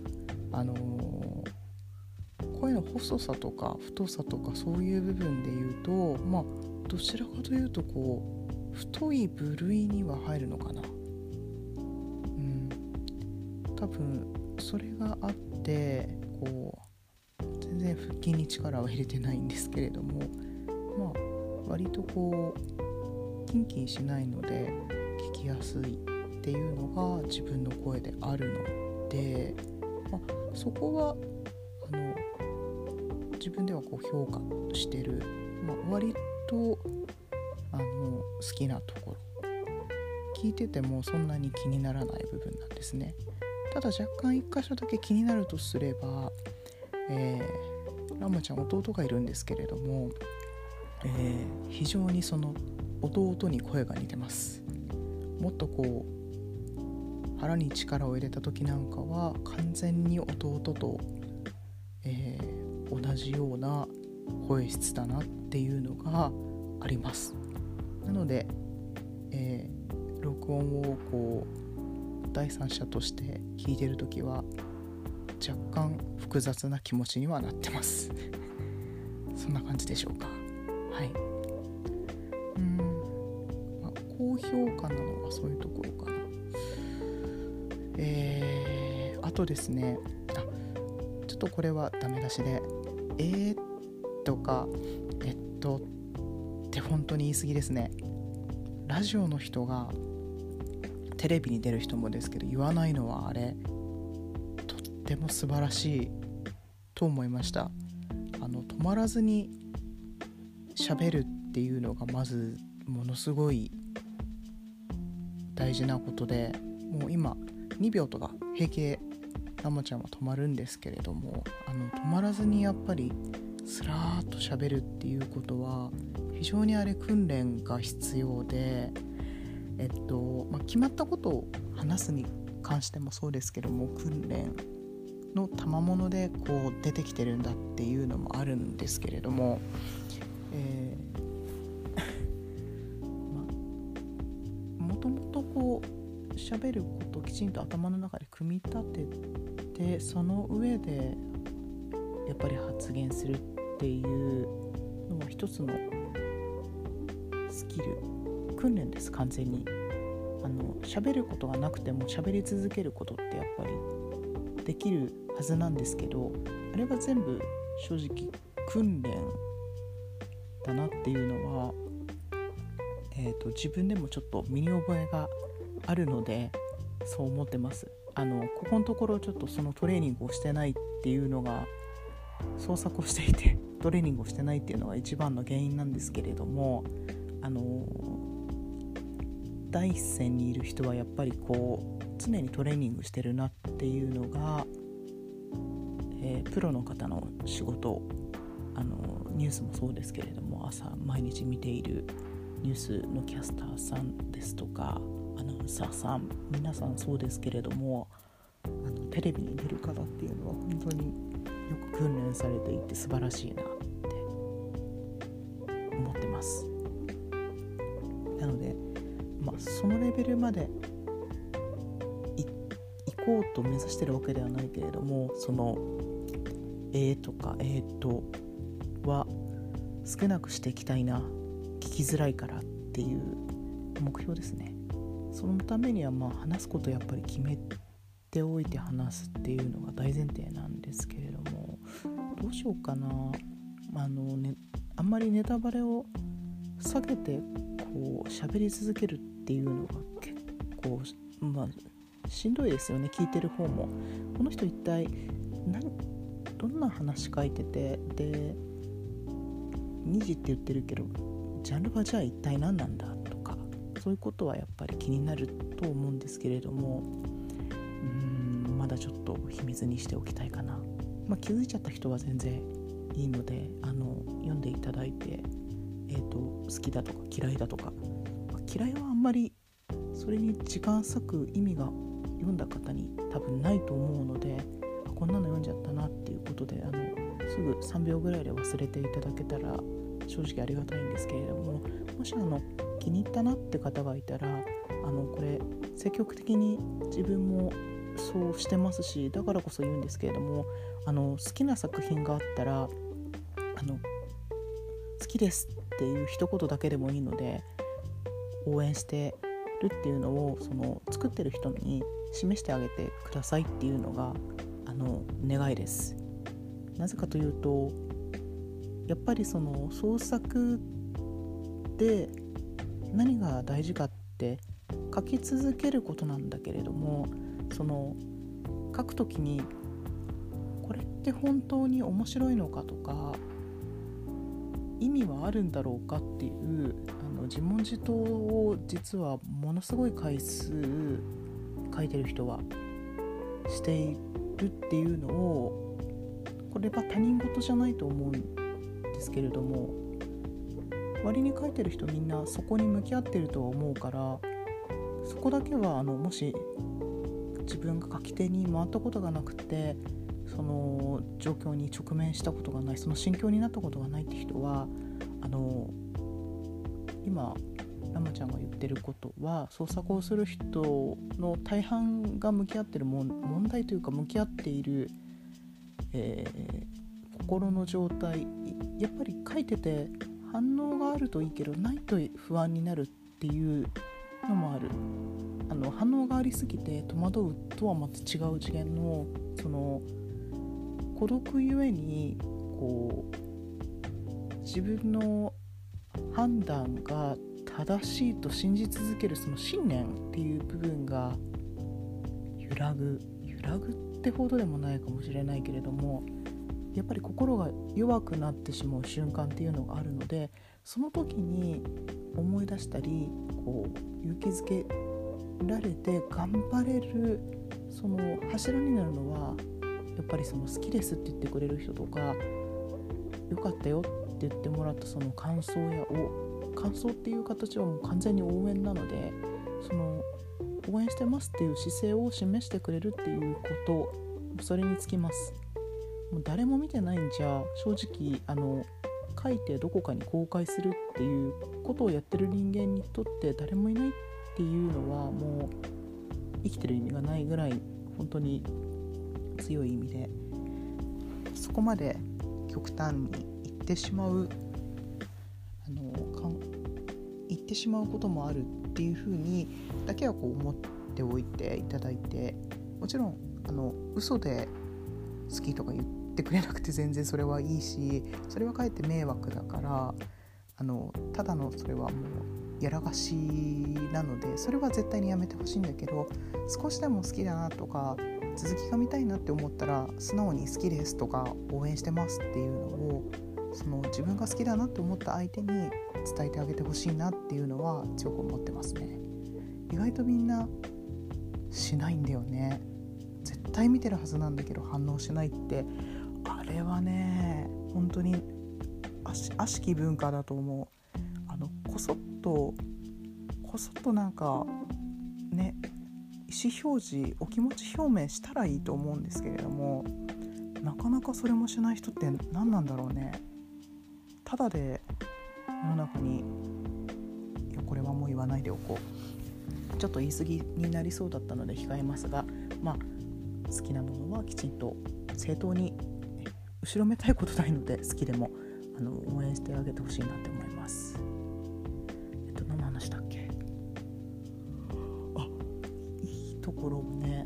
声の細さとか太さとかそういう部分で言うと、どちらかというと太い部類には入るのかな。多分それがあって全然腹筋に力は入れてないんですけれども、割とキンキンしないので聞きやすいっていうのが自分の声であるので、そこは自分ではこう評価してる、割と好きなところ、聞いててもそんなに気にならない部分なんですね。ただ若干一箇所だけ気になるとすれば、ラムちゃん弟がいるんですけれども、非常にその弟に声が似てます。もっとこう腹に力を入れた時なんかは完全に弟と、同じような声質だなっていうのがあります。なので、録音をこう第三者として聞いてるときは若干複雑な気持ちにはなってますそんな感じでしょうか。はい。高評価なのはそういうところかな。あとですね、ちょっとこれはダメ出しでとかって本当に言い過ぎですね。ラジオの人がテレビに出る人もですけど言わないのはあれとっても素晴らしいと思いました。止まらずに喋るっていうのがまずものすごい大事なことで、もう今2秒とか平気でラモちゃんは止まるんですけれども、止まらずにやっぱりスラーっと喋るっていうことは非常にあれ訓練が必要で、決まったことを話すに関してもそうですけども、訓練の賜物でこう出てきてるんだっていうのもあるんですけれども、もともとこう喋ることをきちんと頭の中で組み立てて、その上でやっぱり発言するっていうのは一つのスキル、訓練です。完全に喋ることがなくても喋り続けることってやっぱりできるはずなんですけど、あれは全部正直訓練だなっていうのは、自分でもちょっと身に覚えがあるのでそう思ってます。ここのところちょっとそのトレーニングをしてないっていうのが、創作をしていてトレーニングをしてないっていうのが一番の原因なんですけれども、第一線にいる人はやっぱりこう常にトレーニングしてるなっていうのが、プロの方の仕事、ニュースもそうですけれども、朝毎日見ているニュースのキャスターさんですとかアナウンサーさん、皆さんそうですけれども、テレビに出る方っていうのは本当によく訓練されていて素晴らしいなって思ってます。なので、そのレベルまで行こうと目指してるわけではないけれども、そのとかは少なくしていきたいな、聞きづらいからっていう目標ですね。そのためには話すことやっぱり決めておいて話すっていうのが大前提なんですけれども、どうしようかな。あんまりネタバレを下げてこう喋り続けるっていうのが結構しんどいですよね。聞いてる方もこの人一体どんな話書いてて、で2時って言ってるけどジャンルはじゃあ一体何なんだとか、そういうことはやっぱり気になると思うんですけれども、まだちょっと秘密にしておきたいかな。気づいちゃった人は全然いいので、読んでいただいて、好きだとか嫌いだとか、嫌いはあんまりそれに時間割く意味が読んだ方に多分ないと思うので、こんなの読んじゃったなっていうことですぐ3秒ぐらいで忘れていただけたら正直ありがたいんですけれども、もし気に入ったなって方がいたら、これ積極的に自分もそうしてますし、だからこそ言うんですけれども、好きな作品があったら好きですっていう一言だけでもいいので応援してるっていうのを作ってる人に示してあげてくださいっていうのが願いです。なぜかというと、やっぱり創作で何が大事かって書き続けることなんだけれども、書書くときにこれって本当に面白いのかとか意味はあるんだろうかっていう自問自答を実はものすごい回数書いてる人はしているっていうのを、これは他人事じゃないと思うんですけれども、割に書いてる人みんなそこに向き合ってるとは思うから、そこだけはもし自分が書き手に回ったことがなくて、その状況に直面したことがない、その心境になったことがないって人は今ラマちゃんが言ってることは、創作をする人の大半が向き合ってる問題というか、向き合っている、心の状態、やっぱり書いてて反応があるといいけどないと不安になるっていうのもある。反応がありすぎて戸惑うとはまた違う次元の、その孤独ゆえに自分の判断が正しいと信じ続けるその信念っていう部分が揺らぐってほどでもないかもしれないけれども、やっぱり心が弱くなってしまう瞬間っていうのがあるので、その時に思い出したり勇気づけられて頑張れるその柱になるのは、やっぱりその好きですって言ってくれる人とか、よかったよって言ってもらったその感想っていう形はもう完全に応援なので、その応援してますっていう姿勢を示してくれるっていうこと、それにつきます。もう誰も見てないんじゃ正直書いてどこかに公開するっていうことをやってる人間にとって誰もいないっていうのはもう生きてる意味がないぐらい本当に強い意味で、そこまで極端に言ってしまうこともあるっていうふうにだけは思っておいていただいて、もちろん嘘で好きとか言ってくれなくて全然それはいいし、それはかえって迷惑だから、ただのそれはもうやらかしなので、それは絶対にやめてほしいんだけど、少しでも好きだなとか続きが見たいなって思ったら素直に好きですとか応援してますっていうのを、その自分が好きだなって思った相手に伝えてあげてほしいなっていうのは強く思ってますね。意外とみんなしないんだよね。絶対見てるはずなんだけど反応しないって、あれはね本当に悪しき文化だと思う。こそっとなんかね、意思表示、お気持ち表明したらいいと思うんですけれども、なかなかそれもしない人って何なんだろうね。ただで世の中に、いやこれはもう言わないでおこう、ちょっと言い過ぎになりそうだったので控えますが、好きなものはきちんと正当に、後ろめたいことないので好きでも応援してあげてほしいなって思います。何の話だっけ。いいところね、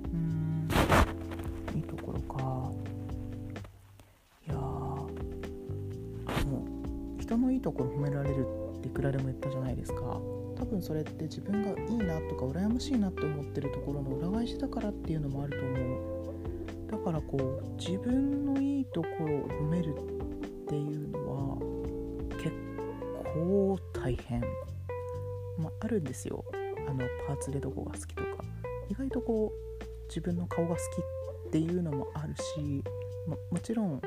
いいところか。いやもう人のいいところ褒められるっていくらでも言ったじゃないですか。多分それって自分がいいなとか羨ましいなって思ってるところの裏返しだからっていうのもあると思う。だから自分のいいところを褒めるっていうのは結構大変、あるんですよ。パーツでどこが好きとか、意外と自分の顔が好きっていうのもあるし、もちろん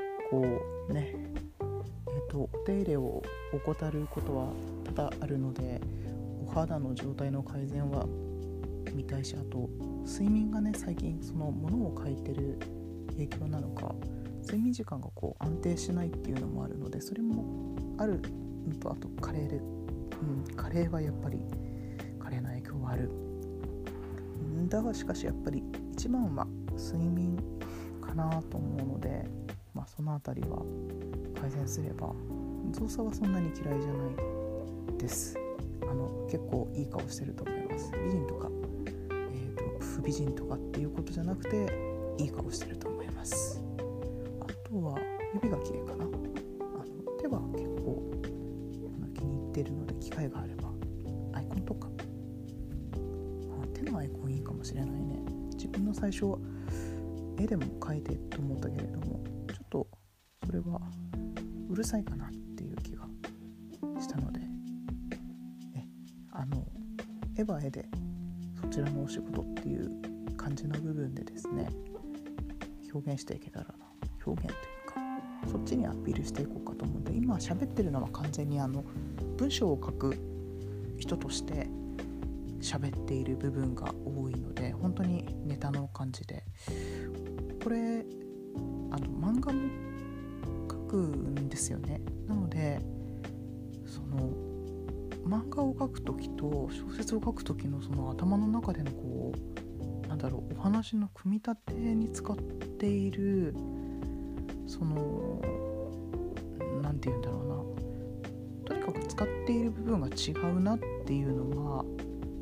お手入れを怠ることは多々あるので、お肌の状態の改善は見たいし、あと睡眠がね、最近その物を描いてる影響なのか睡眠時間が安定しないっていうのもあるので、それもあるのと、あと加齢で、加齢はやっぱり加齢の影響はある。だがしかしやっぱり一番は睡眠かなと思うので、そのあたりは改善すれば、造作はそんなに嫌いじゃないです。結構いい顔してると思います。美人とか、不美人とかっていうことじゃなくていい顔してると思います。あとは指が綺麗かな。手は結構気に入ってるので、機会があればアイコンとか、手のアイコンいいかもしれないね。自分の最初絵でも描いてと思ったけれども、ちょっとそれはうるさいかなっていう気がしたので、絵は絵でそちらのお仕事っていう感じの部分でですね、表現していけたらな、表現というかそっちにアピールしていこうかと思うんで、今喋ってるのは完全に文章を書く人として喋っている部分が多いので、本当にネタの感じで、これ漫画も書くんですよね。なのでその漫画を書くときと小説を書くときのその頭の中でのお話の組み立てに使っているそのなんていうんだろうな、とにかく使っている部分が違うなっていうのは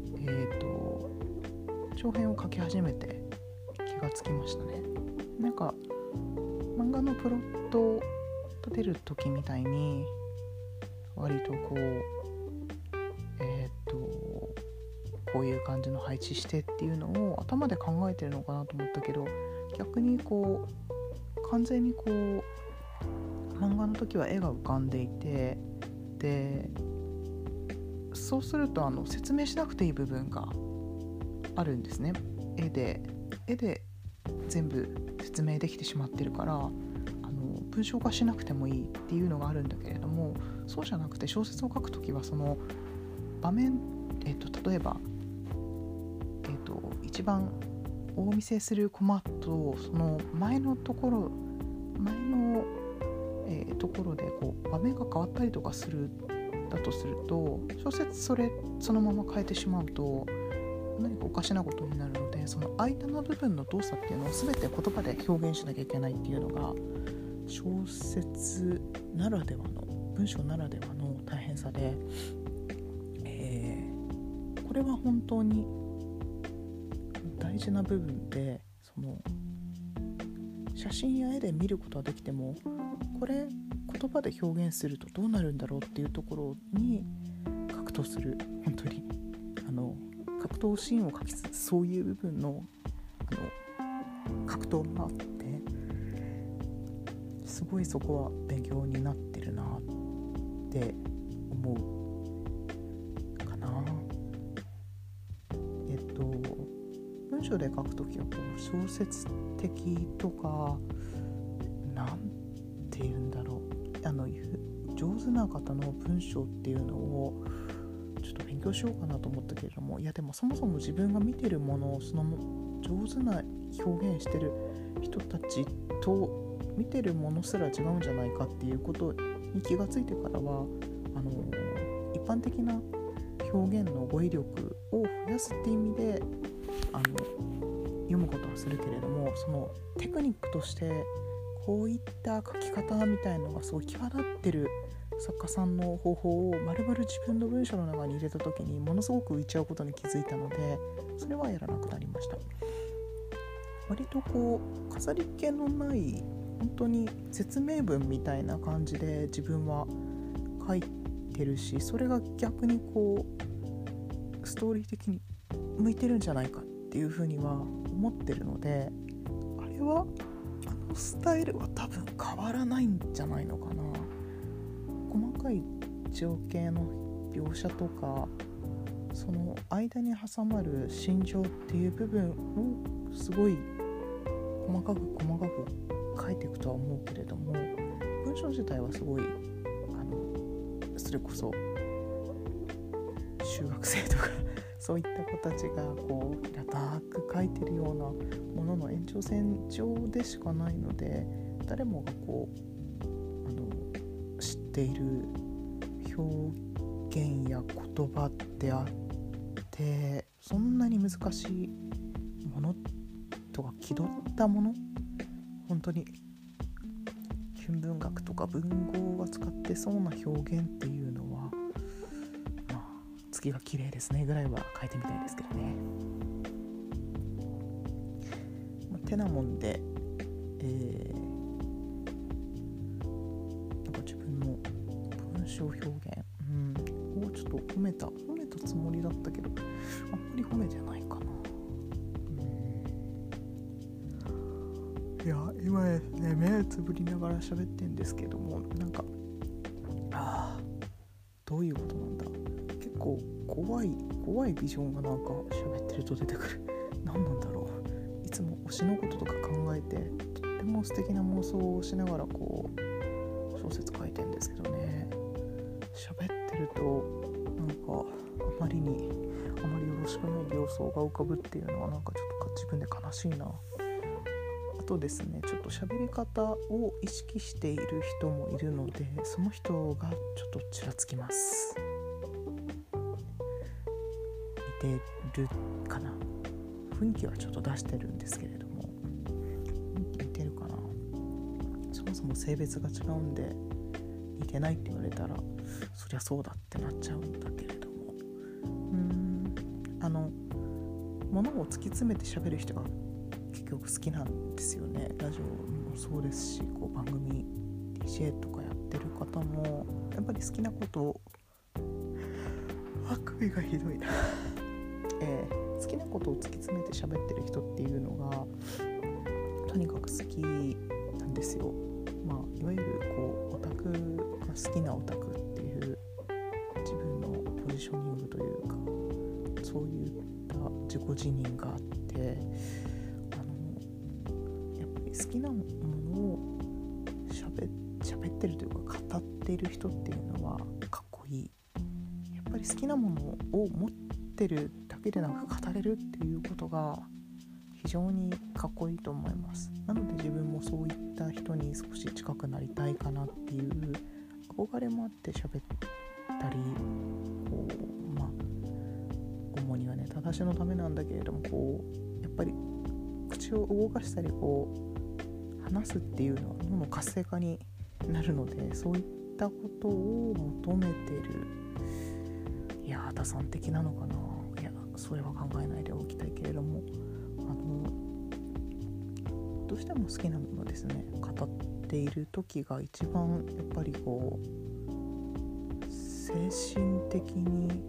長編を書き始めて気がつきましたね。なんか漫画のプロットを立てるときみたいに割とこういう感じの配置してっていうのを頭で考えてるのかなと思ったけど、逆に完全に漫画の時は絵が浮かんでいて、でそうすると説明しなくていい部分があるんですね。絵で全部説明できてしまってるから文章化しなくてもいいっていうのがあるんだけれども、そうじゃなくて小説を書くときはその場面、例えば、一番お見せするコマとその前のところで場面が変わったりとかするだとすると、小説そのまま変えてしまうと何かおかしなことになるので、その間の部分の動作っていうのを全て言葉で表現しなきゃいけないっていうのが小説ならではの、文章ならではの大変さで、これは本当に大事な部分で、その写真や絵で見ることはできても、これ言葉で表現するとどうなるんだろうっていうところに格闘する、本当に格闘シーンを描きつつそういう部分の格闘があって、すごいそこは勉強になってるなって思うかな。文章で書くときは小説的とか、なんて言うんだろう、上手な方の文章っていうのをちょっと勉強しようかなと思ったけれども、いやでもそもそも自分が見てるものをその上手な表現してる人たちと見てるものすら違うんじゃないかっていうことに気がついてからは、一般的な表現の語彙力を増やすって意味で読むことはするけれども、そのテクニックとしてこういった書き方みたいのがすごい際立ってる作家さんの方法を丸々自分の文章の中に入れた時にものすごく浮いちゃうことに気づいたので、それはやらなくなりました。割と飾り気のない本当に説明文みたいな感じで自分は書いてるし、それが逆にストーリー的に向いてるんじゃないかっていうふうには思ってるので、あれはスタイルは多分変わらないんじゃないのかな。細かい情景の描写とか、その間に挟まる心情っていう部分をすごい細かく書いていくとは思うけれども、文章自体はすごいそれこそ中学生とかそういった子たちが平たく書いてるようなものの延長線上でしかないので、誰もが知っている表現や言葉であって、そんなに難しいものとか気取ったもの、本当に純文学とか文豪が使ってそうな表現っていうのは、月が綺麗ですねぐらいは書いてみたいですけどね。てなもんで、なんか自分の文章表現、をちょっと褒めたつもりだったけど、あんまり褒めてないかな。 今ね目つぶりながら喋ってんですけども、なんかどういうことなんだ、結構怖いビジョンがなんか喋ってると出てくる。何なんだろう。いつも推しのこととか考えてとっても素敵な妄想をしながらこう小説書いてんですけどね、喋ってるとなんかあまりよろしくない様相が浮かぶっていうのはなんかちょっと自分で悲しいな。あとですね、ちょっと喋り方を意識している人もいるので、その人がちょっとちらつきます。似てるかな、雰囲気はちょっと出してるんですけれども、似てるかな。そもそも性別が違うんで似てないって言われたらそりゃそうだってなっちゃうんだけれども、物を突き詰めて喋る人が結局好きなんですよね。ラジオもそうですし、こう番組 DJ とかやってる方もやっぱり好きなことを首がひどいな好きなことを突き詰めて喋ってる人っていうのがとにかく好きなんですよ。いわゆるこうオタクが好きなオタクっていう自分のポジショニングというか、そういった自己自認があって、やっぱり好きなものを喋ってるというか語っている人っていうのはかっこいい。やっぱり好きなものを持ってるだけでなく語れるっていうことが非常にかっこいいと思います。なので自分もそういった人に少し近くなりたいかなっていう憧れもあって喋ったり、主にはね正しのためなんだけれども、やっぱり口を動かしたり話すっていうのは脳の活性化になるので、そういったことを求めてる。いや打算的なのかな。いやそれは考えないでおきたいけれども、どうしても好きなものですね、語っている時が一番やっぱり精神的に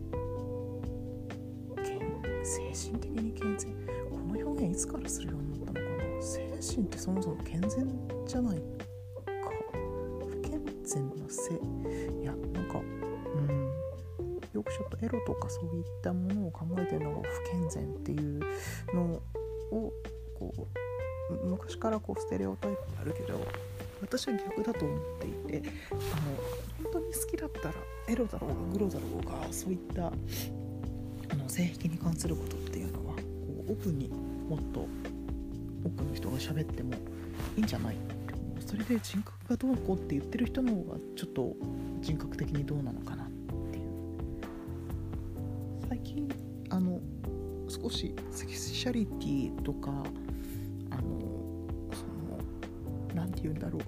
健全、この表現いつからするようになったのかな。精神ってそもそも健全じゃないか、不健全ないやなんかよくちょっとエロとかそういったものを考えてるのが不健全っていうのを昔からステレオタイプがあるけど、私は逆だと思っていて、本当に好きだったらエロだろうがグロだろうが、そういった性癖に関することっていうのはオープンにもっと多くの人が喋ってもいいんじゃないって思う。それで人格がどうこうって言ってる人の方がちょっと人格的にどうなのかなっていう。最近少しセクシャリティとかなんて言うんだろう、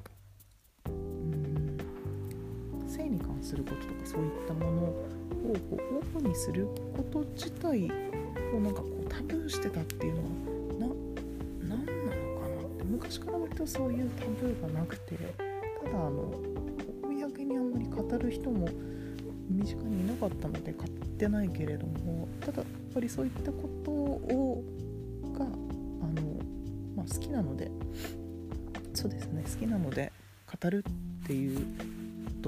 性に関することとかそういったものをオープンにすること自体をなんかタブーしてたっていうのは何なのかなって。昔から割とそういうタブーがなくて、ただ公にあんまり語る人も身近にいなかったので語ってないけれども、ただやっぱりそういったことが好きなので、そうですね、好きなので語るっていうこと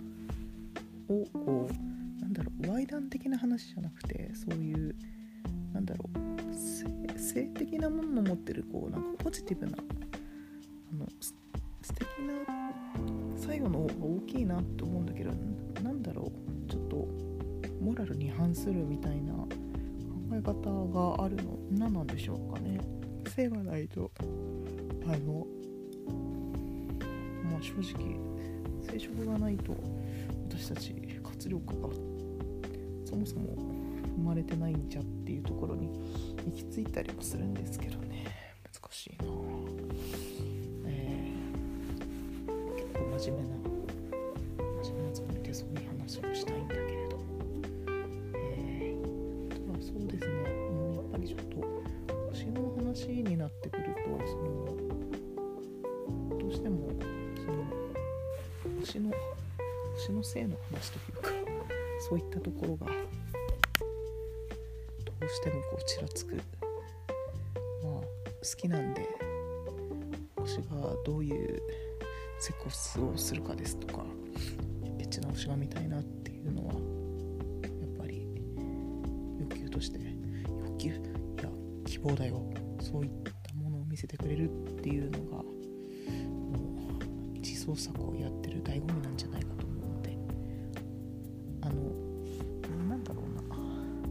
を歪談的な話じゃなくて、そういう性的なものの持ってるなんかポジティブな素敵な作用の方が大きいなと思うんだけど、ちょっとモラルに反するみたいな考え方があるの何なんでしょうかね。性がないと正直生殖がないと私たち活力がそもそも生まれてないんじゃっていうところに行き着いたりもするんですけどね。難しいな。結構真面目なつもりでそういう話をしたいんだけれども、あとはそうですね、やっぱりちょっと推しの話になってくるとどうしても推しの性の話というか、そういったところがどうしてもちらつく。好きなんで推しがどういうセックスをするかですとか、エッチな推しが見たいなっていうのはやっぱり欲求として、いや希望だよ、そういったものを見せてくれるっていうのがもう二次創作をやってる醍醐味なんじゃないかと思うので、なんだろうな、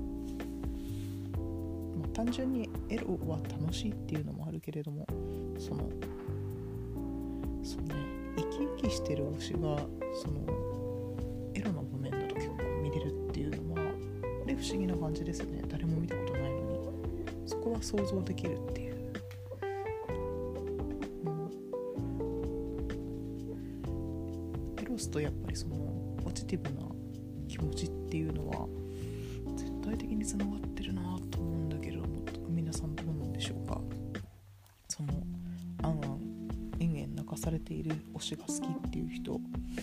単純にエロは楽しいっていうのもあるけれども、その生き生きしてる推しがそのエロの場面だと結構見れるっていうのはこれ不思議な感じですよね。誰も見たことないのにそこは想像できるっていう、エロスとやっぱりそのポジティブな気持ちっていうのは絶対的につながってるなと思うんだけれども、皆さんどうなんでしょうか。そのあんあん延々泣かされている推しが好きっていう人、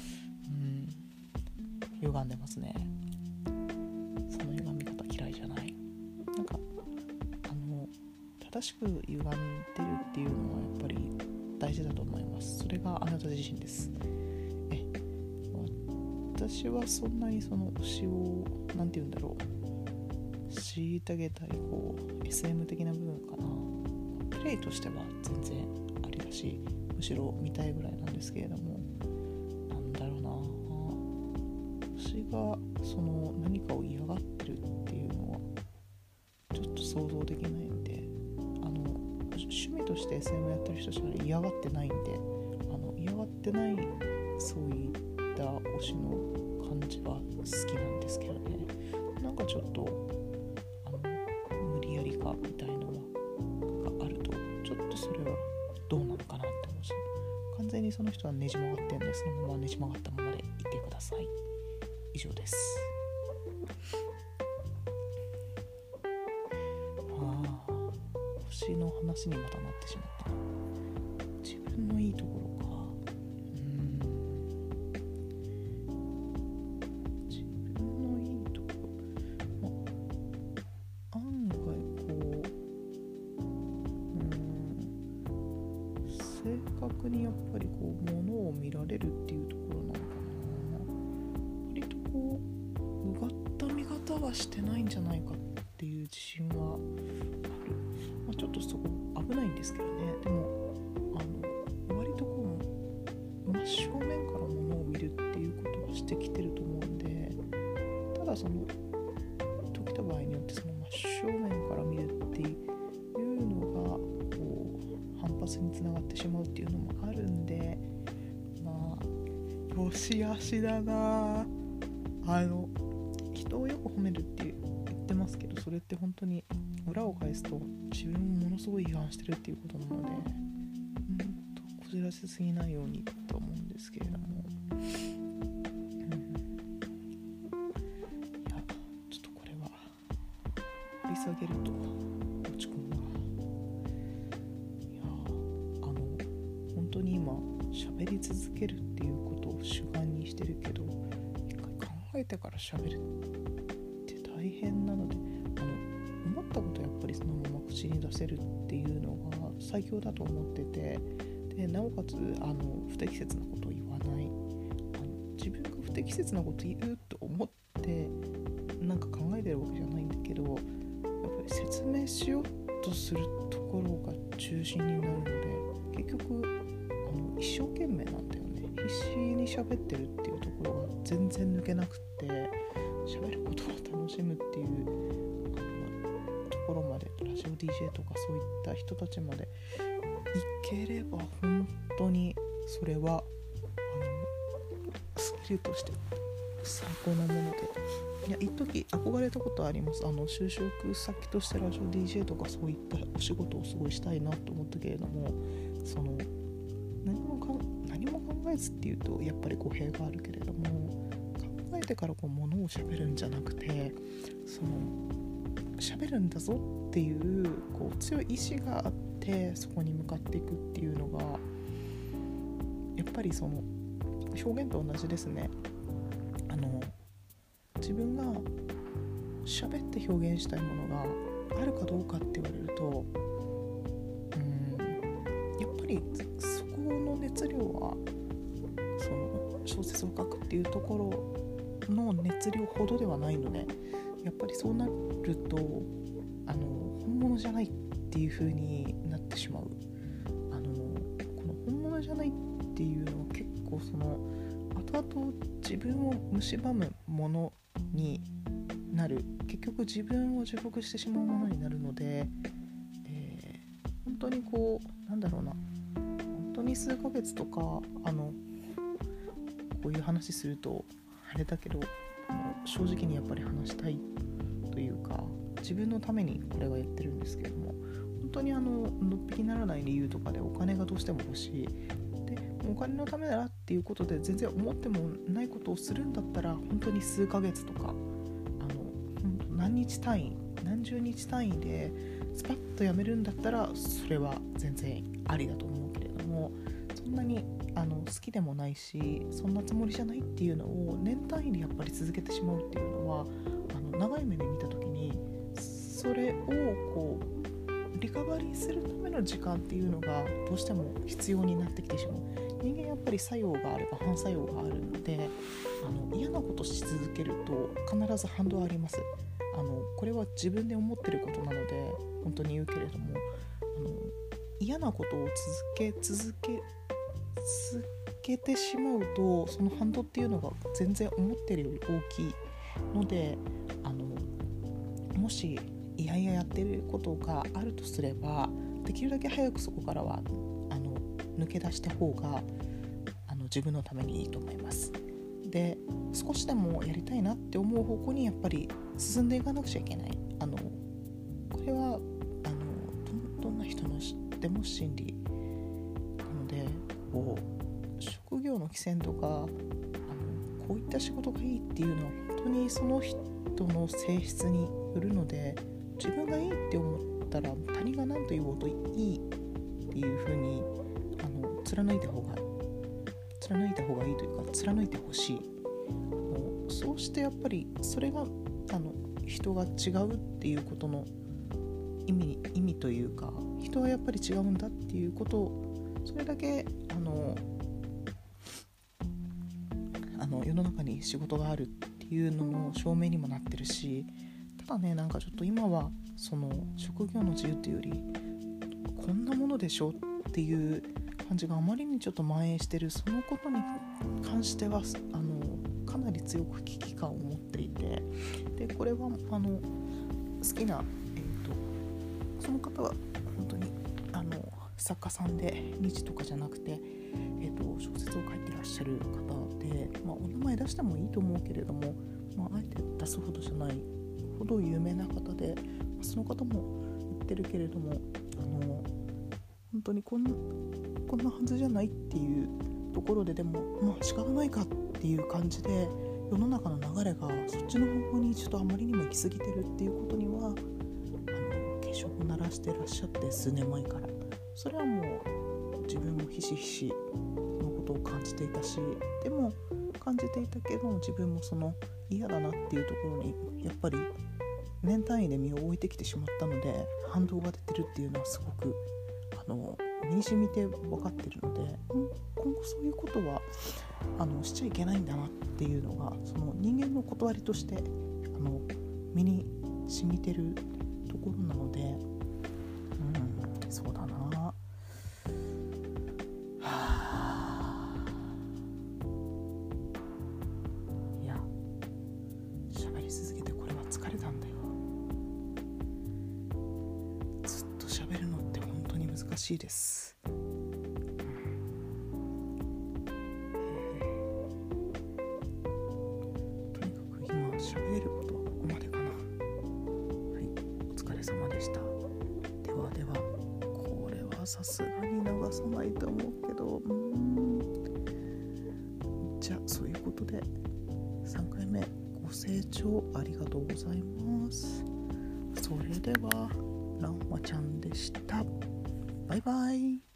歪んでますね。その歪み方嫌いじゃない。なんか正しく歪んでるっていうのはやっぱり大事だと思います。それがあなた自身です。私はそんなにその推しをなんて言うんだろう、虐げたりこう SM 的な部分かな、プレイとしては全然ありだし、むしろ見たいぐらいなんですけれども、なんだろうな、推しがその何かを嫌がってるっていうのはちょっと想像できないんで、趣味として SM やってる人たちは嫌がってないんで、嫌がってないそういった推しの感じは好きなんですけどね。なんかちょっと無理やりかみたいなのがあるとちょっとそれはどうなのかなって思うし、完全にその人はねじ曲がってんで、そのままねじ曲がったままでいてください。以上です。推しの話にまたなってしまったな。自分のいいところか。自分のいいところ、案外こう正確にやっぱりこう物を見られるっていうところなのかな。割とこううがった見方はしてないんじゃないかっていう自信はある。ちょっとそこ危ないんですけどね。でも割とこう真正面から物を見るっていうことはしてきてると思うんで、ただその時と場合によってその真正面から見るっていうのがこう反発につながってしまうっていうのもあるんで、よしあしだな。人をよく褒めるって言ってますけど、それって本当に裏を返すと自分もものすごい批判してるっていうことなので、こじらせすぎないようにと思うんですけれども、いやちょっとこれは掘り下げると落ち込むな。いや本当に今喋り続けるっていうことを主眼にしてるけど、一回考えてから喋るって大変なので、思ったことやっぱりそのまま口に出せるっていうのが最強だと思ってて、でなおかつ不適切なことを言わない、自分が不適切なこと言うと思ってなんか考えてるわけじゃないんだけど、やっぱり説明しようとするところが中心になるので、結局一生懸命なんだよね。必死に喋ってるっていうところが全然抜けなくって、喋ることを楽しむっていうところまで、ラジオ DJ とかそういった人たちまでいければ本当にそれはスキルとして最高なもので、いや一時憧れたことあります。就職先としてラジオ DJ とかそういったお仕事をすごいしたいなと思ったけれども、その何も考えずっていうとやっぱり語弊があるけれども、考えてからこう物を喋るんじゃなくて、その喋るんだぞっていうこう強い意志があってそこに向かっていくっていうのがやっぱりその表現と同じですね。自分が喋って表現したいものがあるかどうかって言われると、やっぱり熱量はその小説を書くっていうところの熱量ほどではないので、やっぱりそうなると本物じゃないっていう風になってしまう。この本物じゃないっていうのは結構その後々自分を蝕むものになる、結局自分を呪縛してしまうものになるので、本当にこうなんだろうな、本当に数ヶ月とかこういう話するとあれだけど正直にやっぱり話したいというか、自分のためにこれはやってるんですけれども、本当にのっぴきならない理由とかでお金がどうしても欲しいで、お金のためだなっていうことで全然思ってもないことをするんだったら、本当に数ヶ月とか何日単位何十日単位でスパッとやめるんだったらそれは全然ありだと思うけれども、そんなに好きでもないしそんなつもりじゃないっていうのを年単位でやっぱり続けてしまうっていうのは長い目で見た時にそれをこうリカバリーするための時間っていうのがどうしても必要になってきてしまう。人間やっぱり作用があれば反作用があるので、嫌なことし続けると必ず反動あります。これは自分で思ってることなので本当に言うけれども、嫌なことを続けてしまうとその反動っていうのが全然思ってるより大きいので、もしいやいややってることがあるとすれば、できるだけ早くそこからは抜け出した方が自分のためにいいと思います。で、少しでもやりたいなって思う方向にやっぱり進んでいかなくちゃいけない。これはどんな人のでも心理なので、こう職業の規制とかこういった仕事がいいっていうのは本当にその人の性質によるので、自分がいいって思ったら他人が何と言おうといいっていう風に貫いた方がいいというか貫いてほしい。そうしてやっぱりそれが人が違うっていうことの意味というか、人はやっぱり違うんだっていうことをそれだけ世の中に仕事があるっていうのの証明にもなってるし、ただね、なんかちょっと今はその職業の自由っていうよりこんなものでしょっていう感じがあまりにちょっと蔓延してる、そのことに関してはかなり強く危機感を持っていて、でこれは好きな、その方は本当に作家さんで日とかじゃなくて、小説を書いてらっしゃる方で、お名前出してもいいと思うけれども、あえて出すほどじゃないほど有名な方で、その方も言ってるけれども、本当にこんなはずじゃないっていうところで、でも仕方ないかっていう感じで世の中の流れがそっちの方向にちょっとあまりにも行き過ぎてるっていうことには警鐘を鳴らしてらっしゃって、数年前からそれはもう自分もひしひしそのことを感じていたし、でも感じていたけど自分もその嫌だなっていうところにやっぱり年単位で身を置いてきてしまったので、反動が出てるっていうのはすごく身に染みて分かってるので、今後そういうことはしちゃいけないんだなっていうのがその人間の断りとして身に染みてるところなので、そうだな、いや喋り続けてこれは疲れたんだよ。ずっと喋るのって本当に難しいです。とにかく今喋れることはここまでかな。はい、お疲れ様でした。ではでは、これはさすがに流さないと思うけど、じゃあそういうことで3回目ご清聴ありがとうございます。それではランマちゃんでした。バイバイ。